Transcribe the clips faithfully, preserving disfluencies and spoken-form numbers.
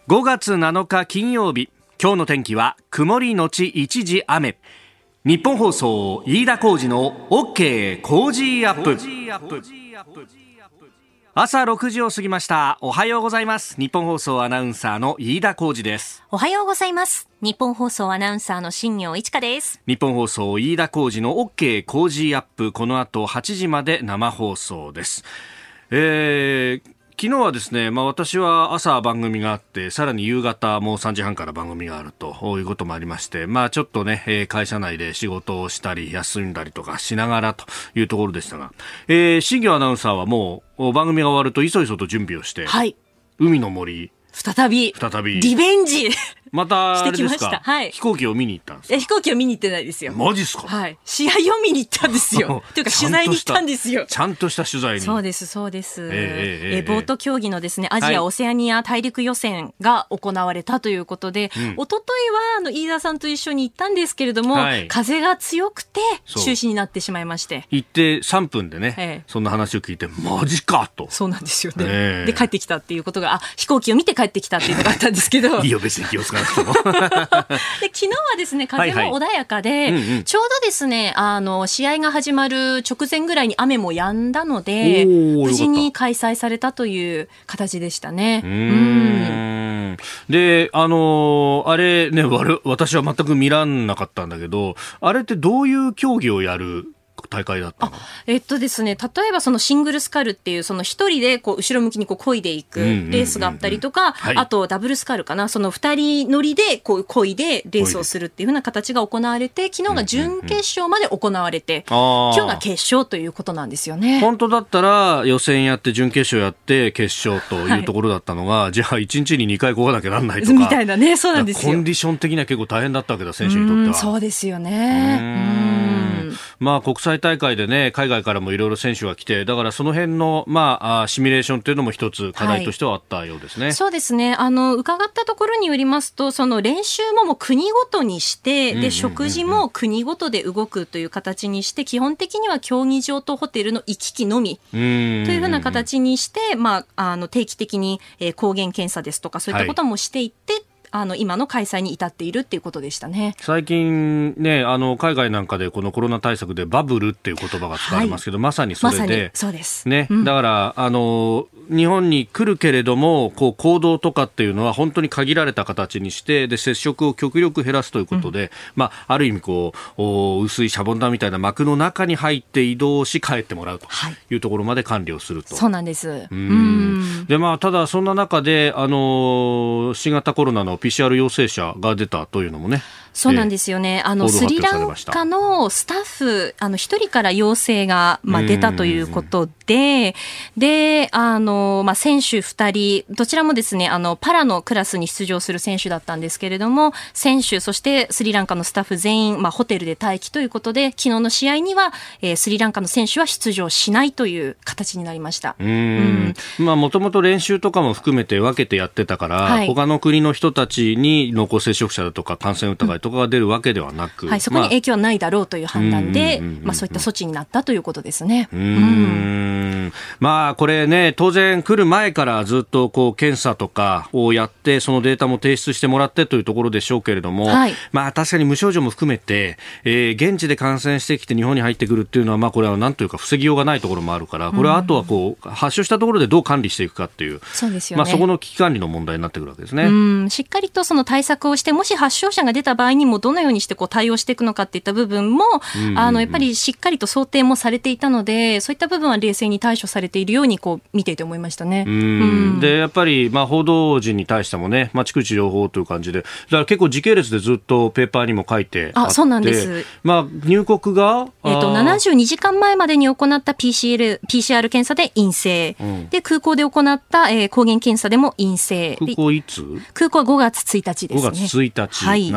ごがつなのか金曜日、今日の天気は曇りのち一時雨。日本放送飯田浩司の OK 工事アップ。朝ろくじを過ぎました。おはようございます。日本放送アナウンサーの飯田浩司です。 おはようございます。日本放送アナウンサーの新業一華です。 日本放送飯田浩司の OK 工事アップ、この後はちじまで生放送です。えー昨日はですね、まあ、私は朝番組があって、さらに夕方もうさんじはんから番組があるということもありまして、まあ、ちょっとね、えー、会社内で仕事をしたり休んだりとかしながらというところでしたが、えー、新業アナウンサーはもう番組が終わるといそいそと準備をして、 はい、 海の森再び再びリベンジまたあれですか、 してきました。はい、 飛行機を見に行ったんですか？ え飛行機を見に行ってないですよ。 マジっすか？ はい、試合を見に行ったんですよというか取材に行ったんですよ。 ちゃんとした取材に。そうですそうです、 えーえー、ボート競技のですね、アジア、オセアニア大陸予選が行われたということで、うん、一昨日はあの飯田さんと一緒に行ったんですけれども、はい、風が強くて中止になってしまいまして、 行ってさんぷんでね、えー、そんな話を聞いてマジかと。 そうなんですよね、えー、で帰ってきたっていうことが、あ飛行機を見て帰ってきたっていうのがあったんですけどいいよ別に気をつかなくてもで昨日はですね、風も穏やかで、はいはいうんうん、ちょうどですね、あの試合が始まる直前ぐらいに雨も止んだので、無事に開催されたという形でしたね。 うーんで、あのー、あれね、私は全く見らんなかったんだけど、あれってどういう競技をやる大会だったの？ あえっとですね、例えばそのシングルスカルっていうその一人でこう後ろ向きにこう漕いでいくレースがあったりとか、あとダブルスカルかな、その二人乗りでこう漕いでレースをするっていう風な形が行われて、昨日が準決勝まで行われて、うんうんうん、今日が決勝ということなんですよね。 本当だったら予選やって準決勝やって決勝というところだったのが、はい、じゃあいちにちににかい漕がなきゃなんないとかみたいなね。そうなんですよ。 コンディション的には結構大変だったわけだ、選手にとっては。 そうですよね。 うんうんまあ、国際大会でね、海外からもいろいろ選手が来て、だからその辺の、まあ、シミュレーションというのも一つ課題としてはあったようですね。はい、 そうですね。あの伺ったところによりますと、その練習ももう国ごとにして、で食事も国ごとで動くという形にして、基本的には競技場とホテルの行き来のみというふうな形にして、まあ、あの定期的に、えー、抗原検査ですとかそういったこともしていって、はいあの今の開催に至っているっていうことでしたね。 最近ね、あの海外なんかでこのコロナ対策でバブルっていう言葉が使われますけど、はい、まさにそれで、まさにそうですね、 うん、 だからあの日本に来るけれどもこう行動とかっていうのは本当に限られた形にして、で接触を極力減らすということで、うんまあ、ある意味こう薄いシャボン玉みたいな膜の中に入って移動し帰ってもらうというところまで管理をすると、 はい、そうなんです。 うんうんで、まあ、ただそんな中であの新型コロナのピーシーアール 陽性者が出たというのもね。 そうなんですよね。あのスリランカのスタッフあの一人から陽性が、まあ、出たということで、であの、まあ、選手ふたりどちらもですね、あのパラのクラスに出場する選手だったんですけれども、選手そしてスリランカのスタッフ全員、まあ、ホテルで待機ということで、昨日の試合には、えー、スリランカの選手は出場しないという形になりました。 うん、まあ、もともと練習とかも含めて分けてやってたから、はい、他の国の人たちに濃厚接触者だとか感染疑いとかが出るわけではなく、 はい、そこに影響はないだろうという判断で、まあ、そういった措置になったということですね。 うーん、まあ、これね、当然来る前からずっとこう検査とかをやって、そのデータも提出してもらってというところでしょうけれども、はい、まあ、確かに無症状も含めて、えー、現地で感染してきて日本に入ってくるっていうのは、まあ、これはなんというか防ぎようがないところもあるから、これはあとはこう発症したところでどう管理していくかっていう、 そうですよね。 まあ、そこの危機管理の問題になってくるわけですね。 うんしっかりとその対策をして、もし発症者が出た場合にもどのようにしてこう対応していくのかっていった部分も、うんうんうん、あのやっぱりしっかりと想定もされていたので、そういった部分は冷静に対処されているようにこう見ていて思いましたね。 うん、うん、でやっぱり、まあ、報道陣に対してもね、まあ、逐一情報という感じで、だから結構時系列でずっとペーパーにも書いてあって、 あそうなんです、 まあ、入国が、 えー、とななじゅうにじかんまえまでに行った ピーシーアール、ピーシーアール 検査で陰性、うん、で空港で行った、えー、抗原検査でも陰性。 空港いつ？ 空港はごがつついたちですね。 ごがつついたち、はい、なるほど。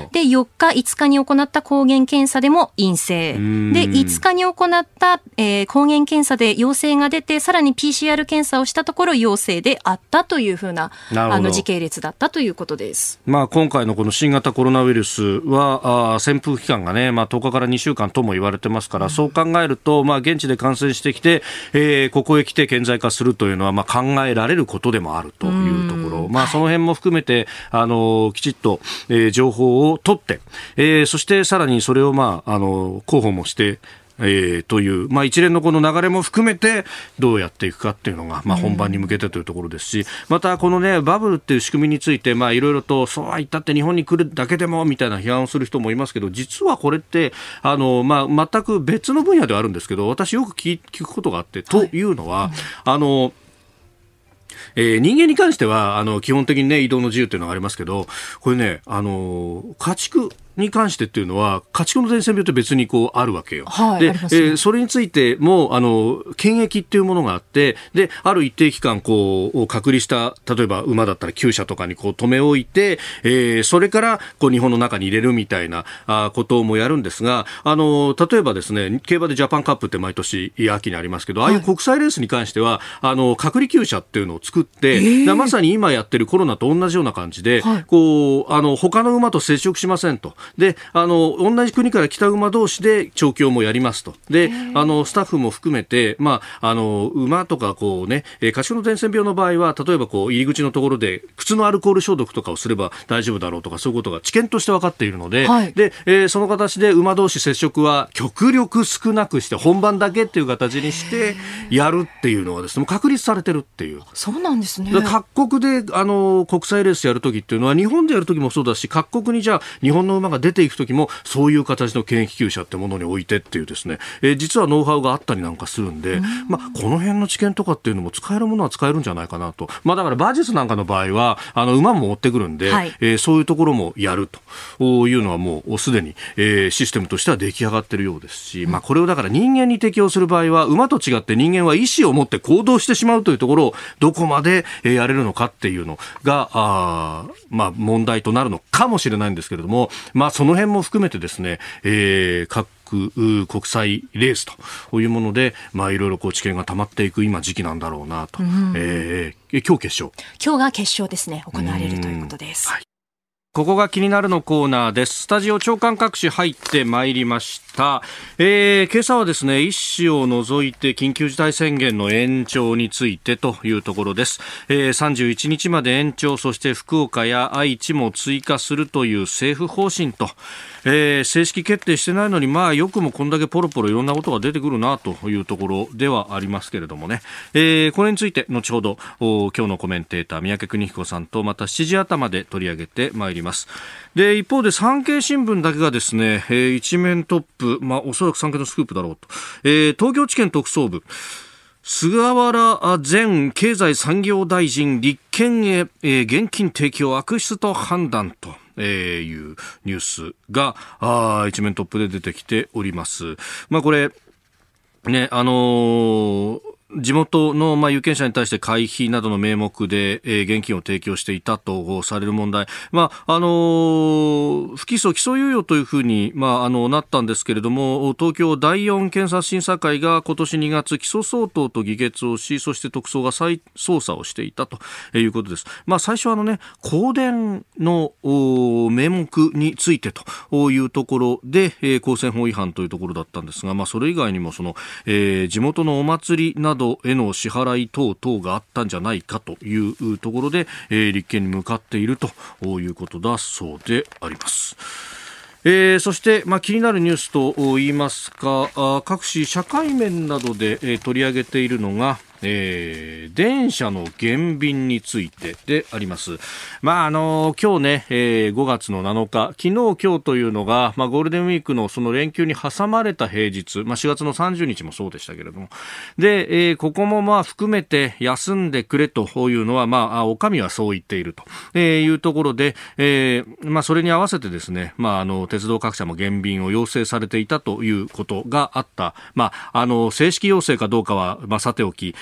で、よっか、いつかに行った抗原検査でも陰性。で、いつかに行った、えー、抗原検査で陽性が出て、さらに ピーシーアール 検査をしたところ陽性であったというふうな、あの時系列だったということです。 まあ、今回のこの新型コロナウイルスは、あ潜伏期間がね、まあ、とおかからにしゅうかんとも言われてますから、うん、そう考えると、まあ、現地で感染してきて、えー、ここへ来て顕在化するというのは、まあ、考えられることでもあるというところ、まあ、その辺も含めて、あのきちっと、えー、情報を取って、えー、そしてさらにそれを、まあ、あの広報もしてえー、という、まあ、一連のこの流れも含めてどうやっていくかっていうのが、まあ、本番に向けてというところですし、またこのねバブルっていう仕組みについて、まあ、いろいろとそうは言ったって日本に来るだけでもみたいな批判をする人もいますけど、実はこれってあの、まあ、全く別の分野ではあるんですけど、私よく聞くことがあって、というのは、はい、あのえー、人間に関してはあの基本的に、ね、移動の自由というのがありますけど、これねあの家畜に関してっていうのは家畜の伝染病って別にこうあるわけよ、 はい、 で、えー、それについてもあの検疫っていうものがあって、である一定期間こう隔離した、例えば馬だったら厩舎とかにこう止め置いて、えー、それからこう日本の中に入れるみたいなあこともやるんですが、あの例えばですね競馬でジャパンカップって毎年秋にありますけど、ああいう国際レースに関しては、はい、あの隔離厩舎っていうのを作って、えー、まさに今やってるコロナと同じような感じで、はい、こうあの他の馬と接触しませんと。であの同じ国から来た馬同士で調教もやりますと。であのスタッフも含めて、まあ、あの馬とかこう、ね、家畜の伝染病の場合は例えばこう入り口のところで靴のアルコール消毒とかをすれば大丈夫だろうとか、そういうことが知見として分かっているので、はい、でえー、その形で馬同士接触は極力少なくして本番だけっていう形にしてやるっていうのはですね、もう確立されてるっていう。 そうなんですね。 各国であの国際レースやるときっていうのは日本でやるときもそうだし、各国にじゃあ日本の馬が出ていくときもそういう形の検疫厩舎ってものに置いてっていうですね、えー、実はノウハウがあったりなんかするんで、うん、まあ、この辺の知見とかっていうのも使えるものは使えるんじゃないかなと。まあ、だから馬術なんかの場合はあの馬も持ってくるんで、はい、えー、そういうところもやるというのはもうすでに、えー、システムとしては出来上がってるようですし、まあ、これをだから人間に適用する場合は馬と違って人間は意思を持って行動してしまうというところをどこまでやれるのかっていうのがあ、まあ、問題となるのかもしれないんですけれども、まあ、その辺も含めてですね、えー、各国際レースというもので、まあ、いろいろこう知見が溜まっていく今時期なんだろうなと、うん、えー、今日決勝今日が決勝ですね、行われるということです。はい、 ここが気になるのコーナーです。スタジオ長官各紙入ってまいりました。えー、今朝はですね、一紙を除いて緊急事態宣言の延長についてというところです。えー、さんじゅういちにちまで延長、そして福岡や愛知も追加するという政府方針と、えー、正式決定してないのに、まあよくもこんだけポロポロいろんなことが出てくるなというところではありますけれどもね、えー、これについて後ほど今日のコメンテーター三宅邦彦さんとまたしちじ頭で取り上げてまいります。で一方で産経新聞だけがですね、えー、一面トップ、まあ、おそらく産経のスクープだろうと、えー、東京地検特捜部菅原前経済産業大臣立憲へ、えー、現金提供悪質と判断とえー、いうニュースがあ一面トップで出てきております。まあこれね、あのー地元の、まあ、有権者に対して会費などの名目で、えー、現金を提供していたとされる問題、まああのー、不起訴起訴猶予というふうに、まあ、あのなったんですけれども、東京だいよん検察審査会が今年にがつ起訴相当と議決をし、そして特捜が再捜査をしていたということです。まあ、最初はあの、ね、香典の名目についてというところで、えー、公選法違反というところだったんですが、まあ、それ以外にもその、えー、地元のお祭りなどへの支払い等々があったんじゃないかというところで、えー、立憲に向かっているということだそうであります。えー、そして、まあ、気になるニュースと言いますか、あ各紙社会面などで、えー、取り上げているのがえー、電車の減便についてであります。まああのー、今日ね、えー、ごがつのなのか、昨日今日というのが、まあ、ゴールデンウィークのその連休に挟まれた平日、まあ、しがつのさんじゅうにちもそうでしたけれども、で、えー、ここもまあ含めて休んでくれというのは、まあ、お上はそう言っていると、えー、いうところで、えーまあ、それに合わせてですね、まあ、あの鉄道各社も減便を要請されていたということがあった、まあ、あの正式要請かどうかは、まあ、さておき、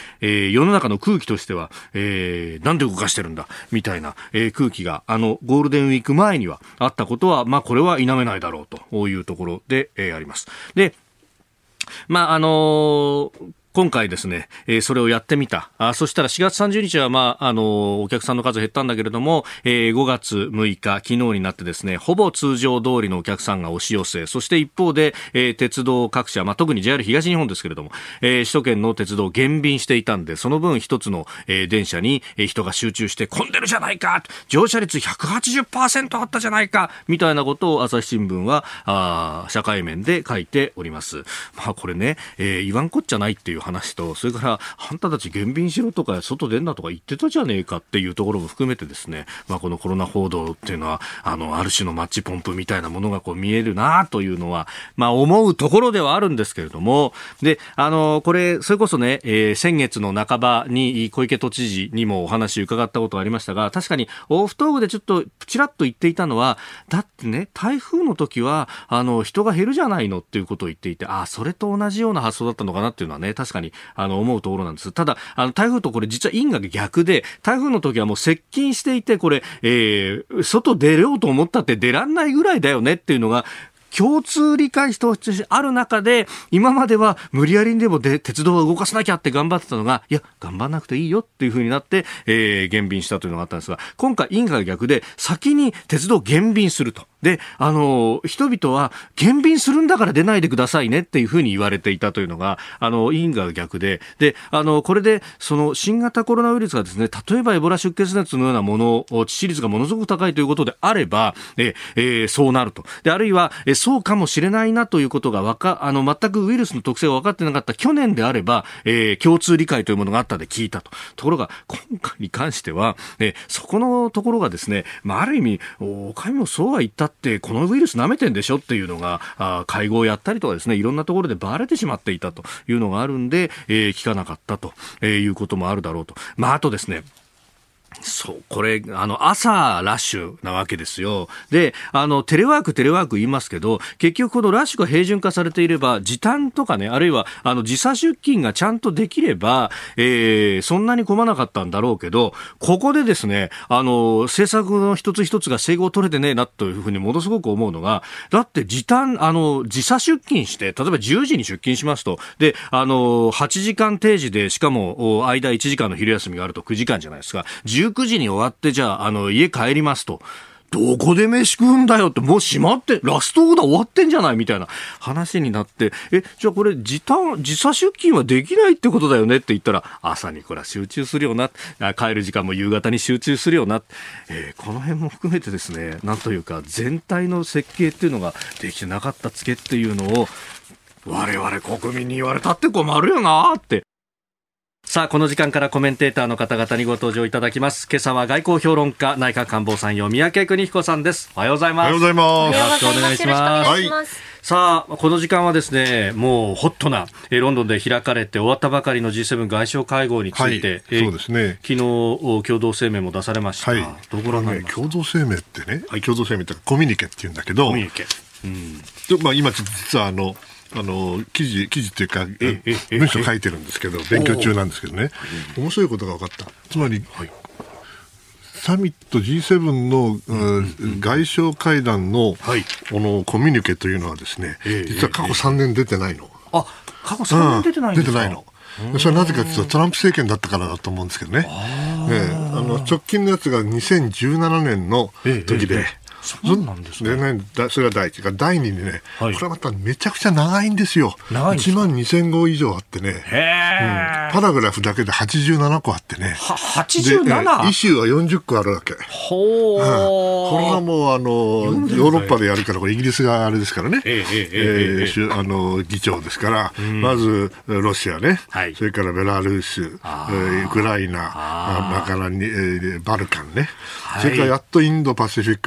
えー、世の中の空気としては、えー、なんで動かしてるんだみたいな、えー、空気があのゴールデンウィーク前にはあったことは、まあ、これは否めないだろうというところで、えー、あります。で、まああのー今回ですね、えー、それをやってみた。あ、そしたらしがつさんじゅうにちは、まあ、あのー、お客さんの数減ったんだけれども、えー、ごがつむいか、昨日になってですね、ほぼ通常通りのお客さんが押し寄せ、そして一方で、えー、鉄道各社、まあ、特に ジェイアール 東日本ですけれども、えー、首都圏の鉄道減便していたんで、その分一つの、えー、電車に、えー、人が集中して混んでるじゃないか、乗車率 ひゃくはちじゅっパーセント あったじゃないか、みたいなことを朝日新聞は、あ、社会面で書いております。まあ、これね、えー、言わんこっちゃないっていう話と、それからあんたたち減便しろとか外出んなとか言ってたじゃねえかっていうところも含めてですね、まあ、このコロナ報道っていうのは あのある種のマッチポンプみたいなものがこう見えるなというのは、まあ、思うところではあるんですけれども、であのこれそれこそね、えー、先月の半ばに小池都知事にもお話伺ったことがありましたが、確かにオフトークでちょっとちらっと言っていたのは、だってね台風の時はあの人が減るじゃないのっていうことを言っていて、あそれと同じような発想だったのかなっていうのはね、確かにあの思うところなんです。ただあの台風とこれ実は因果が逆で、台風の時はもう接近していて、これ、えー、外出ようと思ったって出らんないぐらいだよねっていうのが共通理解としてある中で、今までは無理やりにでもで鉄道を動かさなきゃって頑張ってたのが、いや頑張んなくていいよっていう風になって、えー、減便したというのがあったんですが、今回因果が逆で先に鉄道を減便すると。で、あの人々は減便するんだから出ないでくださいねっていうふうに言われていたというのが、あの因果が逆で、で、あのこれでその新型コロナウイルスがですね、例えばエボラ出血熱のようなもの、致死率がものすごく高いということであれば、ええー、そうなると。で、あるいはえそうかもしれないなということがわかあの全くウイルスの特性が分かってなかった去年であれば、えー、共通理解というものがあったで聞いたと。ところが今回に関しては、えそこのところがですね、まあ、ある意味おかみもそうは言ったってこのウイルス舐めてんでしょっていうのが、あ会合をやったりとかですね、いろんなところでバレてしまっていたというのがあるんで、えー、聞かなかったということもあるだろうと。まあ、あとですね、そうこれあの朝ラッシュなわけですよ。で、あのテレワークテレワーク言いますけど、結局このラッシュが平準化されていれば、時短とかね、あるいはあの時差出勤がちゃんとできれば、えー、そんなに混まなかったんだろうけど、ここでですね、あの政策の一つ一つが整合取れてねえなというふうにものすごく思うのが、だって時短あの時差出勤して、例えばじゅうじに出勤しますと、であのはちじかん定時で、しかも間いちじかんの昼休みがあるとくじかんじゃないですか。じゅうくじに終わって、じゃあ、あの家帰りますと、どこで飯食うんだよって、もう閉まってラストオーダー終わってんじゃないみたいな話になって、えじゃあこれ時短時差出勤はできないってことだよねって言ったら、朝にこれは集中するよな、帰る時間も夕方に集中するよな、えー、この辺も含めてですね、なんというか全体の設計っていうのができてなかったツケっていうのを我々国民に言われたって困るよなって。さあ、この時間からコメンテーターの方々にご登場いただきます。今朝は外交評論家、内閣官房参与、三宅邦彦さんです。おはようございます。 おはようございます。 よろしくお願いします。はい、さあ、この時間はですね、もうホットなえロンドンで開かれて終わったばかりの ジーセブン 外相会合について、はいえー、そうですね、昨日共同声明も出されました。はい、どうご覧になりますか？ 共同声明ってね、はい、共同声明ってコミュニケって言うんだけど、コミュニケ、うんでまあ、今実はあのあの記事記事というか文章書いてるんですけど、勉強中なんですけどね、面白いことが分かった。つまり、はい、サミット ジーセブン の、うん、外相会談の、はい、このコミュニケというのはですね、実は過去さんねん出てないの。 あ、過去さんねん出てないんですか？ うん、出てないの。それはなぜかというとトランプ政権だったからだと思うんですけどね。あ、ね、あの直近のやつがにせんじゅうななねんの時で、ええええそうなんですね。 でね、それが第一が第二にね、はい、これはまためちゃくちゃ長いんですよ。いちまんにせんごう以上あってね、へ、うん、パラグラフだけではちじゅうななこあってね、 ははちじゅうなな? イシューはよんじゅっこあるわけ。ほー、うん、これはもうあのヨーロッパでやるから、これイギリスがあれですからね、えーえー、あの議長ですから、うん、まずロシアね、はい、それからベラルーシ、ウクライナ、マカラニ、バルカンね、はい、それからやっとインドパシフィックになってです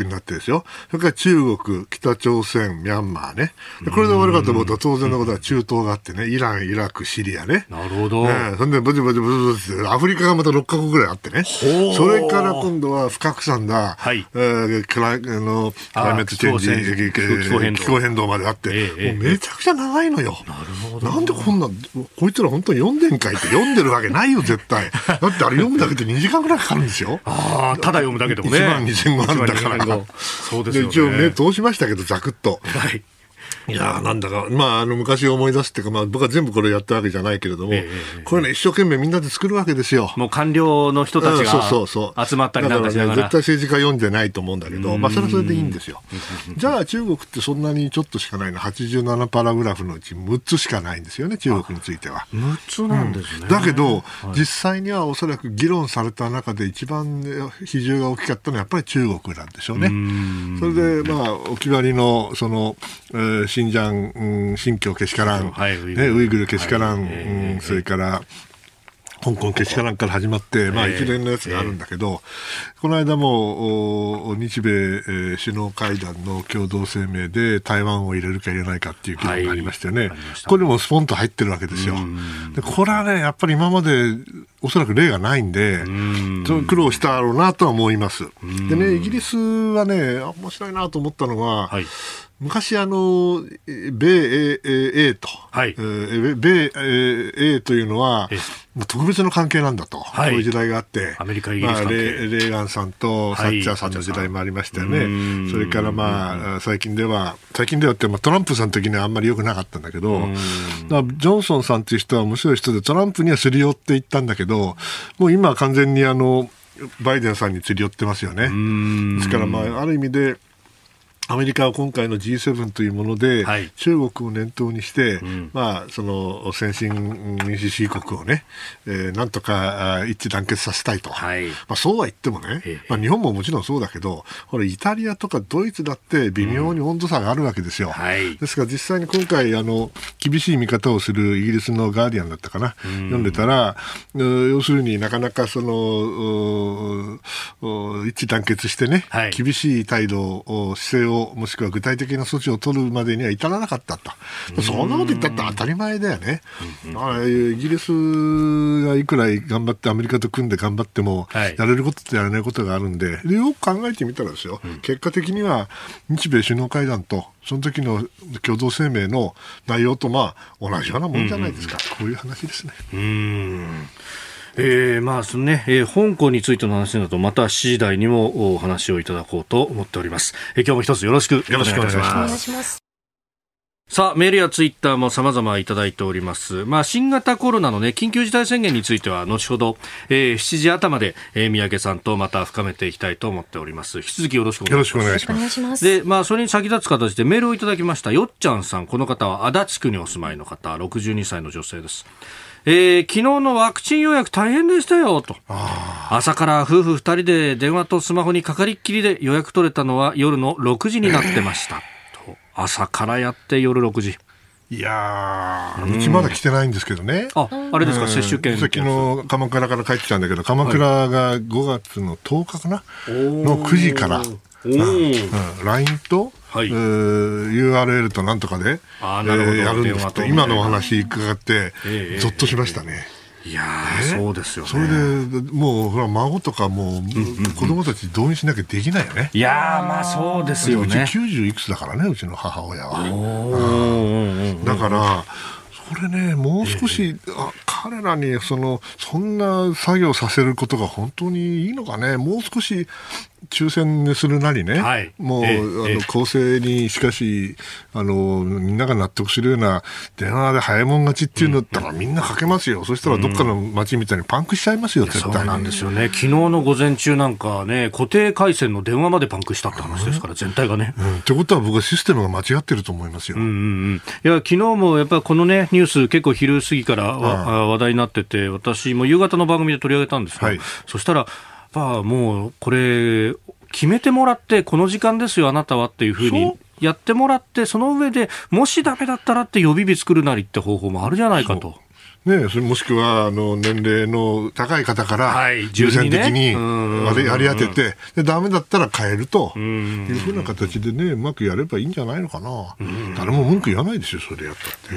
ですよ。それから中国、北朝鮮、ミャンマーね。でこれで終わるかと思うと当然のことは中東があってね、イラン、イラク、シリアね。 なるほど。 ね、そんでブチブチブチブチアフリカがまたろっかこくぐらいあってね。それから今度は不拡散だ、はい、えー、クライ、あの、クライメットチェンジ、気候変動、気候変動まであって、ええ、もうめちゃくちゃ長いのよ。なるほど。なんでこんな、こいつら本当に読んでんかいって読んでるわけないよ、絶対。だってあれ読むだけでにじかんぐらいかかるんですよ。 ああ、ただ読むだけでもね。 いちまんにせんごあるんだから。 そうですよね。 一応ね、通しましたけど、ざくっと。 はい。 いやーなんだか、まあ、あの昔を思い出すっていうか、まあ、僕は全部これやったわけじゃないけれども、えー、これね一生懸命みんなで作るわけですよ。 もう官僚の人たちが集まったりなんかしながら、 だからね、絶対政治家読んでないと思うんだけど、まあ、それはそれでいいんですよ。じゃあ中国ってそんなにちょっとしかないの、はちじゅうななパラグラフのうちむっつしかないんですよね、中国については。 むっつなんですね。 うん、だけど、はい、実際にはおそらく議論された中で一番比重が大きかったのはやっぱり中国なんでしょうね。それで、まあ、お決まりのその、えー、新疆、うん新疆けしからん、はいね、ウイグルけしからん、はいうん、それから香港けしからんから始まって、まあ、一連のやつがあるんだけど、この間も日米、えー、首脳会談の共同声明で台湾を入れるか入れないかっていう議論がありましたよね、はい、これもスポンと入ってるわけですよ。でこれはねやっぱり今までおそらく例がないんでん苦労したろうなとは思います。でねイギリスはね面白いなと思ったのは、はい昔あの米英と、はいえー、米英というのは特別の関係なんだと、はい、こういう時代があってアメリカイギリス関係、 まあ、レ, レーガンさんとサッチャーさんの時代もありましたよね、はい、それからまあ最近では最近ではって、まあ、トランプさんの時にはあんまり良くなかったんだけどだジョンソンさんという人は面白い人でトランプにはすり寄っていったんだけどもう今は完全にあのバイデンさんにすり寄ってますよね。ですからまあある意味でアメリカは今回の ジーセブン というもので、はい、中国を念頭にして、うんまあ、その先進民主主義国をね、えー、なんとか一致団結させたいと、はいまあ、そうは言ってもね、まあ、日本ももちろんそうだけどこれイタリアとかドイツだって微妙に温度差があるわけですよ、うんはい、ですから実際に今回あの厳しい見方をするイギリスのガーディアンだったかな、うん、読んでたら要するになかなかその一致団結してね、はい、厳しい態度を姿勢をもしくは具体的な措置を取るまでには至らなかったと。そんなこと言ったって当たり前だよね。あイギリスがいくら頑張ってアメリカと組んで頑張っても、はい、やれることとやらないことがあるんで、でよく考えてみたらですよ、うん、結果的には日米首脳会談とその時の共同声明の内容とまあ同じようなもんじゃないですか、うんうんうん、こういう話ですね。 うーんえーまあそのねえー、香港についての話などまたしちじ台にもお話をいただこうと思っております。えー、今日も一つよろしくお願いいたします。さあメールやツイッターも様々いただいております。まあ新型コロナのね緊急事態宣言については後ほど、えー、しちじ頭で、えー、三宅さんとまた深めていきたいと思っております。引き続きよろしくお願いします。 よろしくお願いします。 でまあそれに先立つ形でメールをいただきました。よっちゃんさん、この方は足立区にお住まいの方、ろくじゅうにさいの女性です。えー、昨日のワクチン予約大変でしたよと。朝から夫婦ふたりで電話とスマホにかかりっきりで予約取れたのは夜のろくじになってました、と朝からやって夜ろくじ。 いやー、うちまだ来てないんですけどね。 あ、あれですか、接種券。 さっきの鎌倉から帰ってきたんだけど、鎌倉がごがつのとおかかな、はい、のくじから、うんうん、ライン と、はいえー、ユーアールエル となんとかで、あなるほど、えー、やるんですって。今のお話伺って、えー、ゾッとしましたね。 いやー、そうですよね。 それでもうほら孫とかもう子供たち動員しなきゃできないよね。 いやーまあそうですよね。 うちきゅうじゅういくつだからね、うちの母親は。おだからそれねもう少し、えー、あ彼らにそのそんな作業させることが本当にいいのかね。もう少し抽選にするなりね、はい、もう、えー、あの公正にしかしあのみんなが納得するような電話で早いもん勝ちっていうのだったら、うん、みんなかけますよ。そしたらどっかの街みたいにパンクしちゃいますよ、うん、絶対。 そうなんですよね。昨日の午前中なんかね固定回線の電話までパンクしたって話ですから、うん、全体がね、 うん、ってことは僕はシステムが間違ってると思いますよ。 うんうんうん、いや昨日もやっぱりこのねニュース結構昼過ぎから話題になってて、私も夕方の番組で取り上げたんですよ、はい、そしたらまあもうこれ決めてもらってこの時間ですよあなたはっていうふうにやってもらって、その上でもしダメだったらって予備日作るなりって方法もあるじゃないかと。 ね、それもしくはあの年齢の高い方から優先的に割り当てて、でダメだったら変えるというふうな形でね、うまくやればいいんじゃないのかな。誰も文句言わないですよ、それやったって。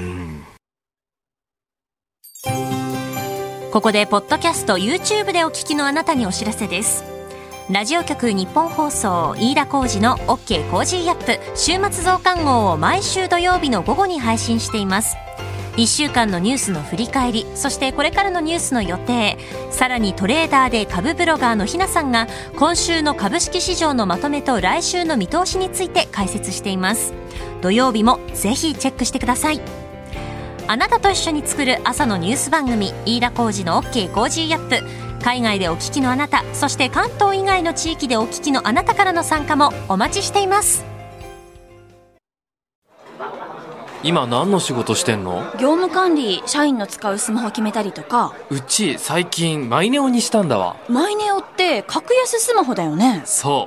ここでポッドキャスト YouTube でお聞きのあなたにお知らせです。ラジオ局日本放送飯田浩司の OK コージーアップ週末増刊号を毎週土曜日の午後に配信しています。いっしゅうかんのニュースの振り返り、そしてこれからのニュースの予定、さらにトレーダーで株ブロガーのひなさんが今週の株式市場のまとめと来週の見通しについて解説しています。土曜日もぜひチェックしてください。あなたと一緒に作る朝のニュース番組飯田浩司の OK コージーアップ、海外でお聞きのあなた、そして関東以外の地域でお聞きのあなたからの参加もお待ちしています。 今何の仕事してんの？ 業務管理、社員の使うスマホ決めたりとか。 うち最近マイネオにしたんだわ。 マイネオって格安スマホだよね。 そう、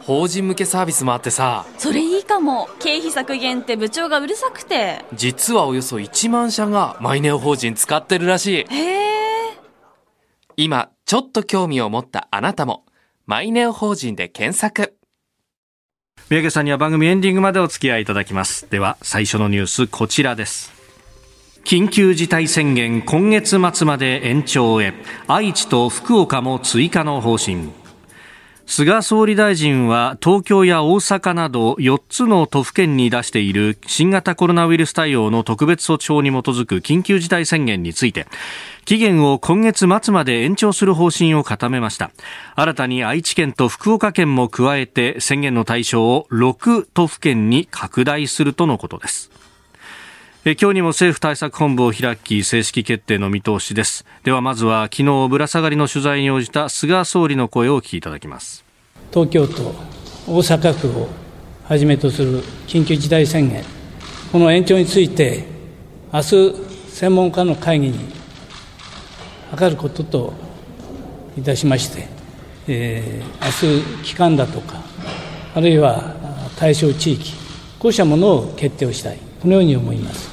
法人向けサービスもあってさ。 それいいかも。経費削減って部長がうるさくて。 実はおよそいちまん社がマイネオ法人使ってるらしい。 へー。 今ちょっと興味を持ったあなたもマイネオ法人で検索。 三宅さんには番組エンディングまでお付き合いいただきます。では最初のニュース、こちらです。緊急事態宣言今月末まで延長へ、愛知と福岡も追加の方針。菅総理大臣は東京や大阪などよっつの都府県に出している新型コロナウイルス対応の特別措置法に基づく緊急事態宣言について、期限を今月末まで延長する方針を固めました。新たに愛知県と福岡県も加えて宣言の対象をろく都府県に拡大するとのことです。え今日にも政府対策本部を開き正式決定の見通しです。ではまずは昨日ぶら下がりの取材に応じた菅総理の声をお聞きいただきます。 東京都、大阪府をはじめとする緊急事態宣言、この延長について明日専門家の会議に諮ることといたしまして、えー、明日期間だとか、あるいは対象地域、こうしたものを決定をしたい、このように思います。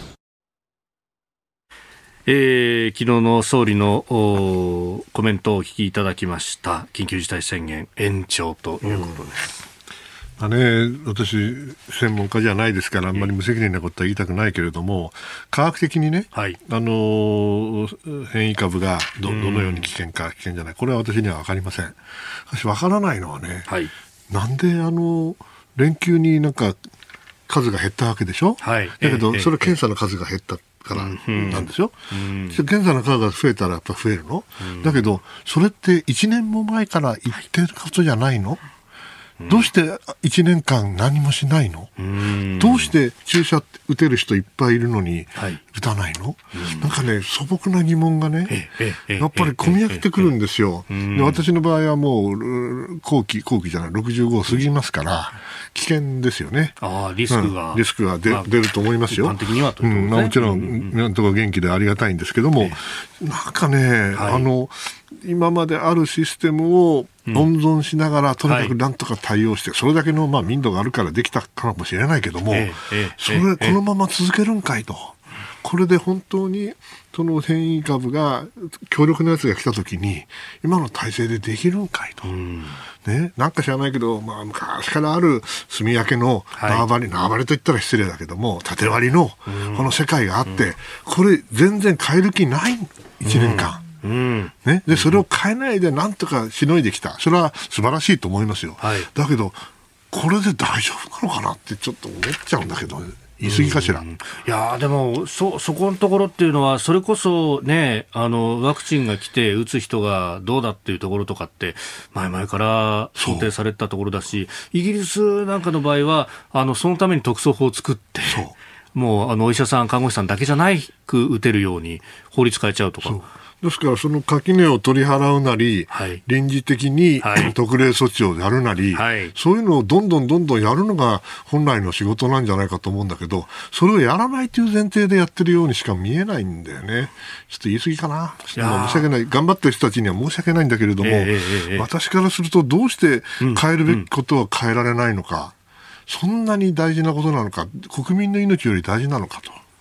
えー、昨日の総理のコメントをお聞きいただきました。緊急事態宣言延長ということです。 うん、まあね、私専門家じゃないですからあんまり無責任なことは言いたくないけれども、科学的にね、はい、あの変異株が ど, どのように危険か危険じゃない、これは私には分かりません。私分からないのはね、はい、なんであの連休になんか数が減ったわけでしょ、はい、だけどそれ検査の数が減ったからなんですよ、うん、検査の数が増えたらやっぱ増えるの、うん、だけどそれっていちねんも前から言ってることじゃないの、うん、どうしていちねんかん何もしないの、うん、どうして注射打てる人いっぱいいるのに打たないの、はい、なんかね素朴な疑問がねやっぱり込み上げてくるんですよ。で私の場合はもう後期後期じゃないろくじゅうごを過ぎますから危険ですよね。 あリスクが、 うん、リスクが出、まあ、出ると思いますよ。 一般的にはということですね。 うんまあ、もちろん、うん、なんとか元気でありがたいんですけども、えー、なんかね、はい、あの今まであるシステムを温存しながら、うん、とにかくなんとか対応して、はい、それだけの、まあ、民度があるからできたかもしれないけども、えーえー、それ、えー、このまま続けるんかいと。これで本当にその変異株が強力なやつが来たときに今の体制でできるんかいと、うんね、なんか知らないけど、まあ、昔からある炭焼けの縄張り、はい、縄張りといったら失礼だけども縦割りのこの世界があって、うん、これ全然変える気ないいちねんかん、うんね、でそれを変えないでなんとかしのいできた、それは素晴らしいと思いますよ、はい、だけどこれで大丈夫なのかなってちょっと思っちゃうんだけど言い過ぎかしら。 うん、いやでも そ, そこのところっていうのはそれこそね、あのワクチンが来て打つ人がどうだっていうところとかって前々から想定されたところだし、イギリスなんかの場合はあのそのために特措法を作ってもうあのお医者さん看護師さんだけじゃないく打てるように法律変えちゃうとか。 ですからその垣根を取り払うなり、はい、臨時的に、はい、特例措置をやるなり、はい、そういうのをどんどんどんどんやるのが本来の仕事なんじゃないかと思うんだけど、それをやらないという前提でやってるようにしか見えないんだよね。ちょっと言い過ぎかな。申し訳ない。頑張ってる人たちには申し訳ないんだけれども、えーえー、私からするとどうして変えるべきことは変えられないのか、うんうん、そんなに大事なことなのか、国民の命より大事なのかと。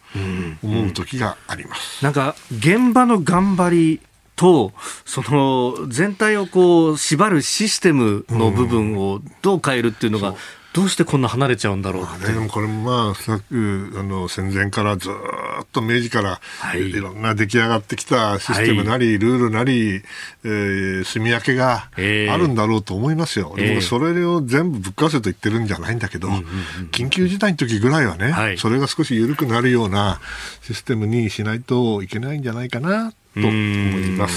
思う時があります。 うんうん、なんか現場の頑張りとその全体をこう縛るシステムの部分をどう変えるっていうのが、うん、どうしてこんな離れちゃうんだろうって、まあね、 でもこれもまあさあの戦前からずっと明治から、はい、いろんな出来上がってきたシステムなり、はい、ルールなり、えー、住み分けがあるんだろうと思いますよ、えー、でもそれを全部ぶっ壊せと言ってるんじゃないんだけど、うんうんうん、緊急事態の時ぐらいはね、はい、それが少し緩くなるようなシステムにしないといけないんじゃないかなと思います。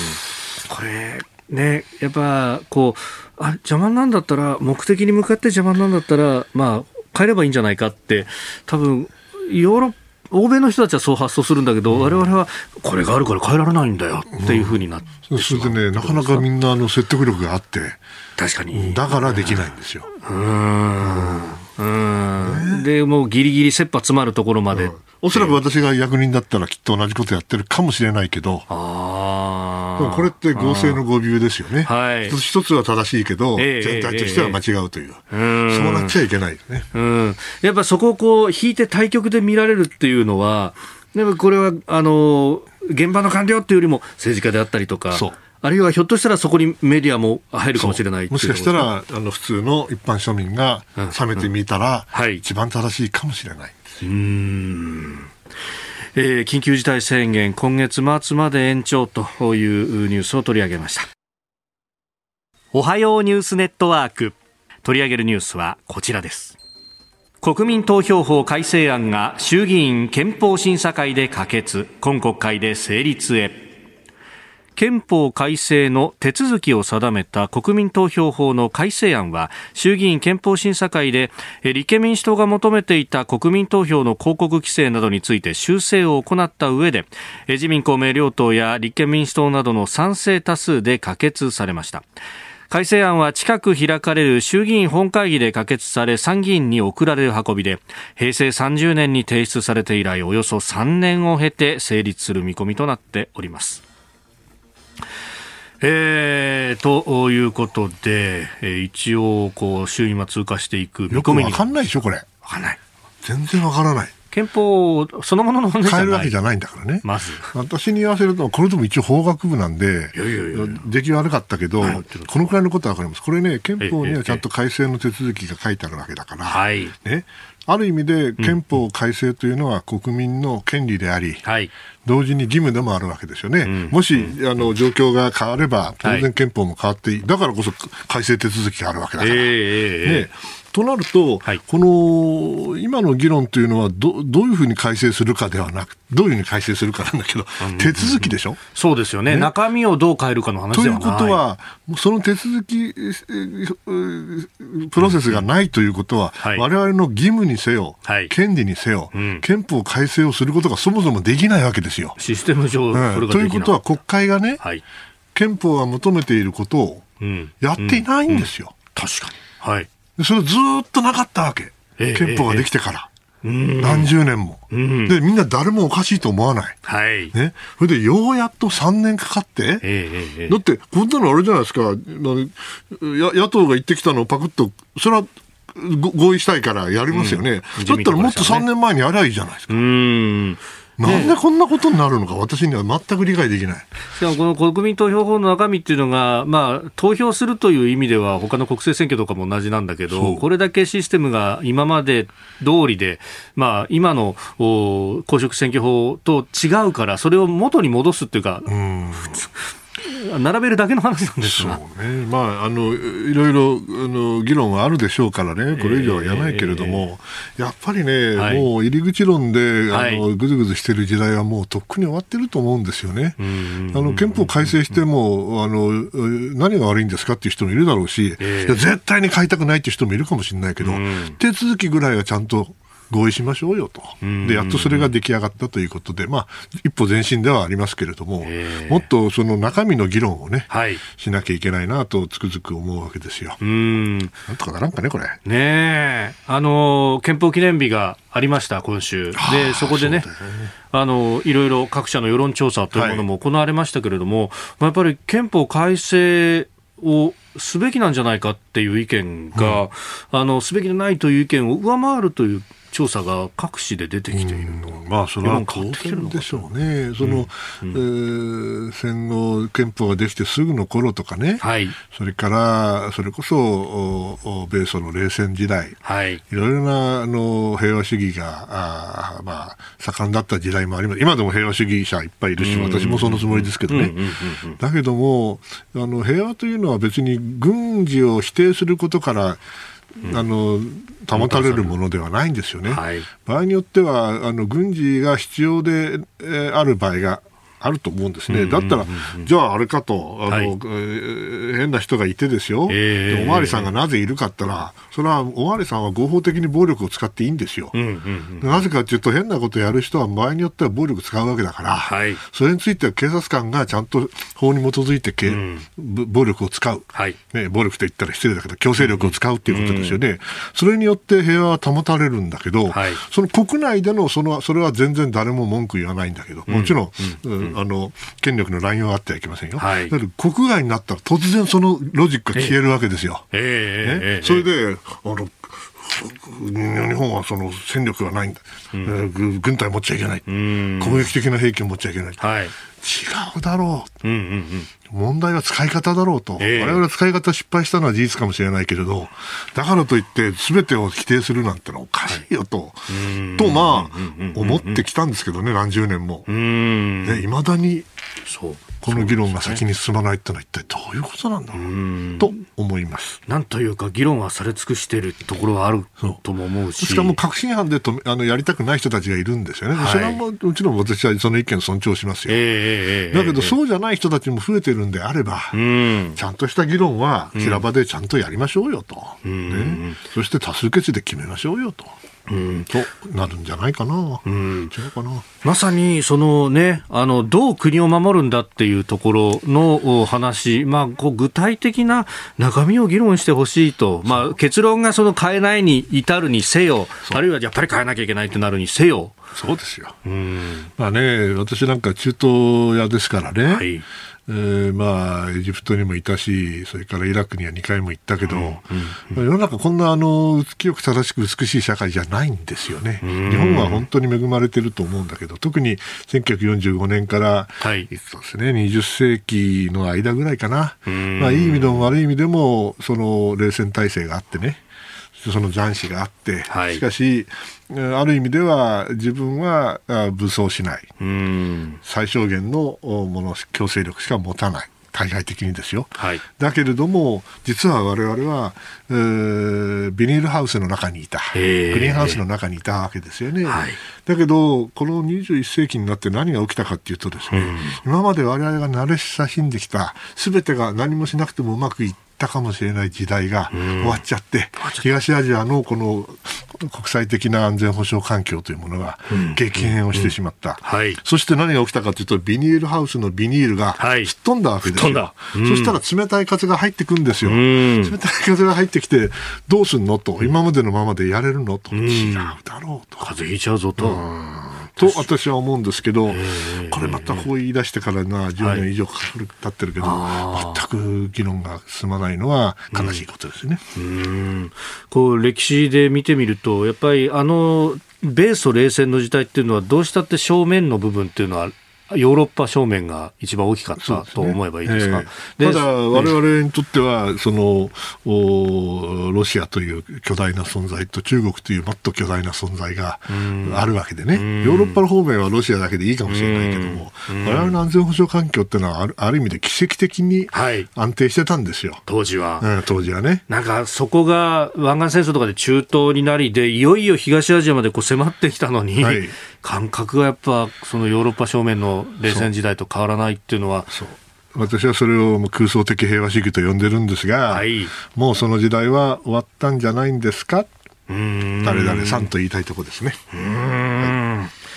これね、やっぱこうあ邪魔なんだったら目的に向かって邪魔なんだったらまあ変えればいいんじゃないかって多分ヨーロッ欧米の人たちはそう発想するんだけど、うん、我々はこれがあるから変えられないんだよっていう風になってしまう、 うん、それでねなかなかみんなあの説得力があって確かにだからできないんですよ。 うーんうーん、ね、でもうギリギリ切羽詰まるところまで、うん、 おそらく私が役人だったらきっと同じことやってるかもしれないけど、 あでもこれって合成の誤謬ですよね、 はい、 一つ一つは正しいけど、えー、全体としては間違うという、えー、そうなっちゃいけないよね、 うん、やっぱそこをこう引いて対局で見られるっていうのはでもこれはあの現場の官僚っていうよりも政治家であったりとかそうあるいはひょっとしたらそこにメディアも入るかもしれないもしかしたらあの普通の一般庶民が冷めてみたら、うんうん、一番正しいかもしれない。 うーん、えー、緊急事態宣言今月末まで延長というニュースを取り上げました。おはようニュースネットワーク取り上げるニュースはこちらです。国民投票法改正案が衆議院憲法審査会で可決今国会で成立へ。憲法改正の手続きを定めた国民投票法の改正案は衆議院憲法審査会で立憲民主党が求めていた国民投票の広告規制などについて修正を行った上で自民公明両党や立憲民主党などの賛成多数で可決されました。改正案は近く開かれる衆議院本会議で可決され参議院に送られる運びで平成さんじゅうねんに提出されて以来およそさんねんを経て成立する見込みとなっております。えー、ということで、えー、一応こう衆院は通過していく見込みに。 よくわかんないでしょこれ。わかんない。 全然わからない。 憲法そのものの問題じゃない。 変えるわけじゃないんだからね。 まず私に言わせるとこれでも一応法学部なんでいやいやいや出来悪かったけど、はい、このくらいのことはわかります。これね憲法にはちゃんと改正の手続きが書いてあるわけだから、 はい、 ね、ある意味で憲法改正というのは国民の権利であり、はい、同時に義務でもあるわけですよね、うん、もし、うん、あの状況が変われば当然憲法も変わっていい、はい、だからこそ改正手続きがあるわけだから、えーね、となると、はい、この今の議論というのは ど, どういうふうに改正するかではなくどういうふうに改正するかなんだけど、うん、手続きでしょ。 そうですよ ね, ね中身をどう変えるかの話ではない。 ということはその手続きプロセスがないということは、はい、我々の義務にせよ、はい、権利にせよ、うん、憲法改正をすることがそもそもできないわけですよ。 システム上、 うん、それができない。ということは国会がね、はい、憲法が求めていることをやっていないんですよ、 うんうん、確かに、はい、 それずっとなかったわけ、えー、憲法ができてから、えー、何十年も、うん、でみんな誰もおかしいと思わない、はいね、それでようやっとさんねんかかって、えー、だってこんなのあれじゃないですか、野党が言ってきたのをパクッとそれは合意したいからやりますよね、うん、だったらもっとさんねんまえにやりゃいいじゃないですか。うーんなんでこんなことになるのか私には全く理解できない。 しかもこの国民投票法の中身っていうのが、まあ、投票するという意味では他の国政選挙とかも同じなんだけどこれだけシステムが今まで通りで、まあ、今の公職選挙法と違うからそれを元に戻すっていうかうん並べるだけの話なんですが、 そうね、まあ、あのいろいろあの議論はあるでしょうからねこれ以上はやらないけれども、えー、やっぱりね、はい、もう入り口論であの、はい、ぐずぐずしてる時代はもうとっくに終わってると思うんですよね。あの憲法改正してもあの何が悪いんですかっていう人もいるだろうし、えー、いや絶対に変えたくないっていう人もいるかもしれないけど手続きぐらいはちゃんと合意しましょうよと。でやっとそれが出来上がったということで、まあ、一歩前進ではありますけれども、もっとその中身の議論をね、はい、しなきゃいけないなとつくづく思うわけですよ。うーんなんとかならんかねこれ。 ねえ、あの憲法記念日がありました今週で、そこで ね, ねあのいろいろ各社の世論調査というものも行われましたけれども、はい、やっぱり憲法改正をすべきなんじゃないかっていう意見が、うん、あのすべきでないという意見を上回るという調査が各紙で出てきていると、 うん、まあそれは当然でしょうね。その、うんうんえー、戦後憲法ができてすぐの頃とかね、はい、それからそれこそ米ソの冷戦時代、はい、いろいろなあの平和主義があ、まあ、盛んだった時代もあります。今でも平和主義者いっぱいいるし、私もそのつもりですけどね。だけどもあの平和というのは別に軍事を否定することからあの保たれるものではないんですよね、はい、場合によってはあの軍事が必要で、えー、ある場合があると思うんですね。だったら、じゃああれかと、あの、はい、えー、変な人がいてですよ、えー、でおまわりさんがなぜいるかって言ったら、それはおまわりさんは合法的に暴力を使っていいんですよ、うんうんうん、なぜかというと変なことをやる人は場合によっては暴力を使うわけだから、はい、それについては警察官がちゃんと法に基づいて、うん、暴力を使う、はいね、暴力と言ったら失礼だけど強制力を使うっていうことですよね、うんうん、それによって平和は保たれるんだけど、はい、その国内でのそのそれは全然誰も文句言わないんだけど、もちろん、うんうんうん、あの権力の乱用はあってはいけませんよ、はい、だから国外になったら突然そのロジックが消えるわけですよ、えーねえー、それであの日本はその戦力がないんだ、うん、えー、軍隊持っちゃいけない、攻撃的な兵器を持っちゃいけない、はい、違うだろう、うんうんうん、問題は使い方だろうと、えー、我々は使い方失敗したのは事実かもしれないけれど、だからといって全てを否定するなんてのはおかしいよと、はい、とまあ思ってきたんですけどね、何十年もいまだにそうこの議論が先に進まないってのは一体どういうことなんだろうと思います。 なんというか議論はされ尽くしているところはあるとも思うし、 しかも確信犯でとあのやりたくない人たちがいるんですよね、はい、それはもうちろん私はその意見を尊重しますよ、えー、だけどそうじゃない人たちも増えてるんであれば、うん、ちゃんとした議論は平場でちゃんとやりましょうよと、うんね、そして多数決で決めましょうよと、うん、となるんじゃないかな、うん、違うかな。 まさにその、ね、あのどう国を守るんだっていうところの話、まあ、こう具体的な中身を議論してほしいと、まあ、結論がその変えないに至るにせよ、あるいはやっぱり変えなきゃいけないってなるにせよ、 そうですよ、うん、まあね、私なんか中東屋ですからね、はい、えー、まあエジプトにもいたし、それからイラクにはにかいも行ったけど、うんうんうん、世の中こんなあの清く正しく美しい社会じゃないんですよね。日本は本当に恵まれてると思うんだけど、特にせんきゅうひゃくよんじゅうごねんから、はい、そうですね、にじゅっせいきの間ぐらいかな、まあ、いい意味でも悪い意味でもその冷戦体制があってね、その残滓があって、はい、しかしある意味では自分は武装しない、うん、最小限のもの強制力しか持たない、対外的にですよ、はい、だけれども実は我々は、えー、ビニールハウスの中にいた、グリーンハウスの中にいたわけですよね、はい、だけどこのにじゅういっせいきになって何が起きたかというとですね、うん、今まで我々が慣れ親しんできた全てが何もしなくてもうまくいってかもしれない時代が終わっちゃって、うん、東アジアのこの国際的な安全保障環境というものが激変をしてしまった、うんうんはい、そして何が起きたかというとビニールハウスのビニールが吹っ飛んだわけですよ、はい、うん、そしたら冷たい風が入ってくるんですよ、うん、冷たい風が入ってきてどうすんのと、今までのままでやれるのと、うん、違うだろうと、 風邪ひいちゃうぞと、うんと私は思うんですけど、これまたこう言い出してからなじゅうねん以上かかる、経ってるけど、はい、全く議論が進まないのは悲しいことですね、 うん、うんこう歴史で見てみるとやっぱりあの米ソ冷戦の時代っていうのはどうしたって正面の部分っていうのはヨーロッパ正面が一番大きかったと思えばいいですか。 えー、ただ我々にとってはそのロシアという巨大な存在と中国というもっと巨大な存在があるわけでね、ヨーロッパの方面はロシアだけでいいかもしれないけども、我々の安全保障環境っていうのはある、ある意味で奇跡的に安定してたんですよ、はい、当時は、うん、当時はね。 なんかそこが湾岸戦争とかで中東になりでいよいよ東アジアまでこう迫ってきたのに、はい、感覚がやっぱそのヨーロッパ正面の冷戦時代と変わらないっていうのは、 そう私はそれを空想的平和主義と呼んでるんですが、はい、もうその時代は終わったんじゃないんですか、うーん誰々さんと言いたいところですね。うーん、 はい、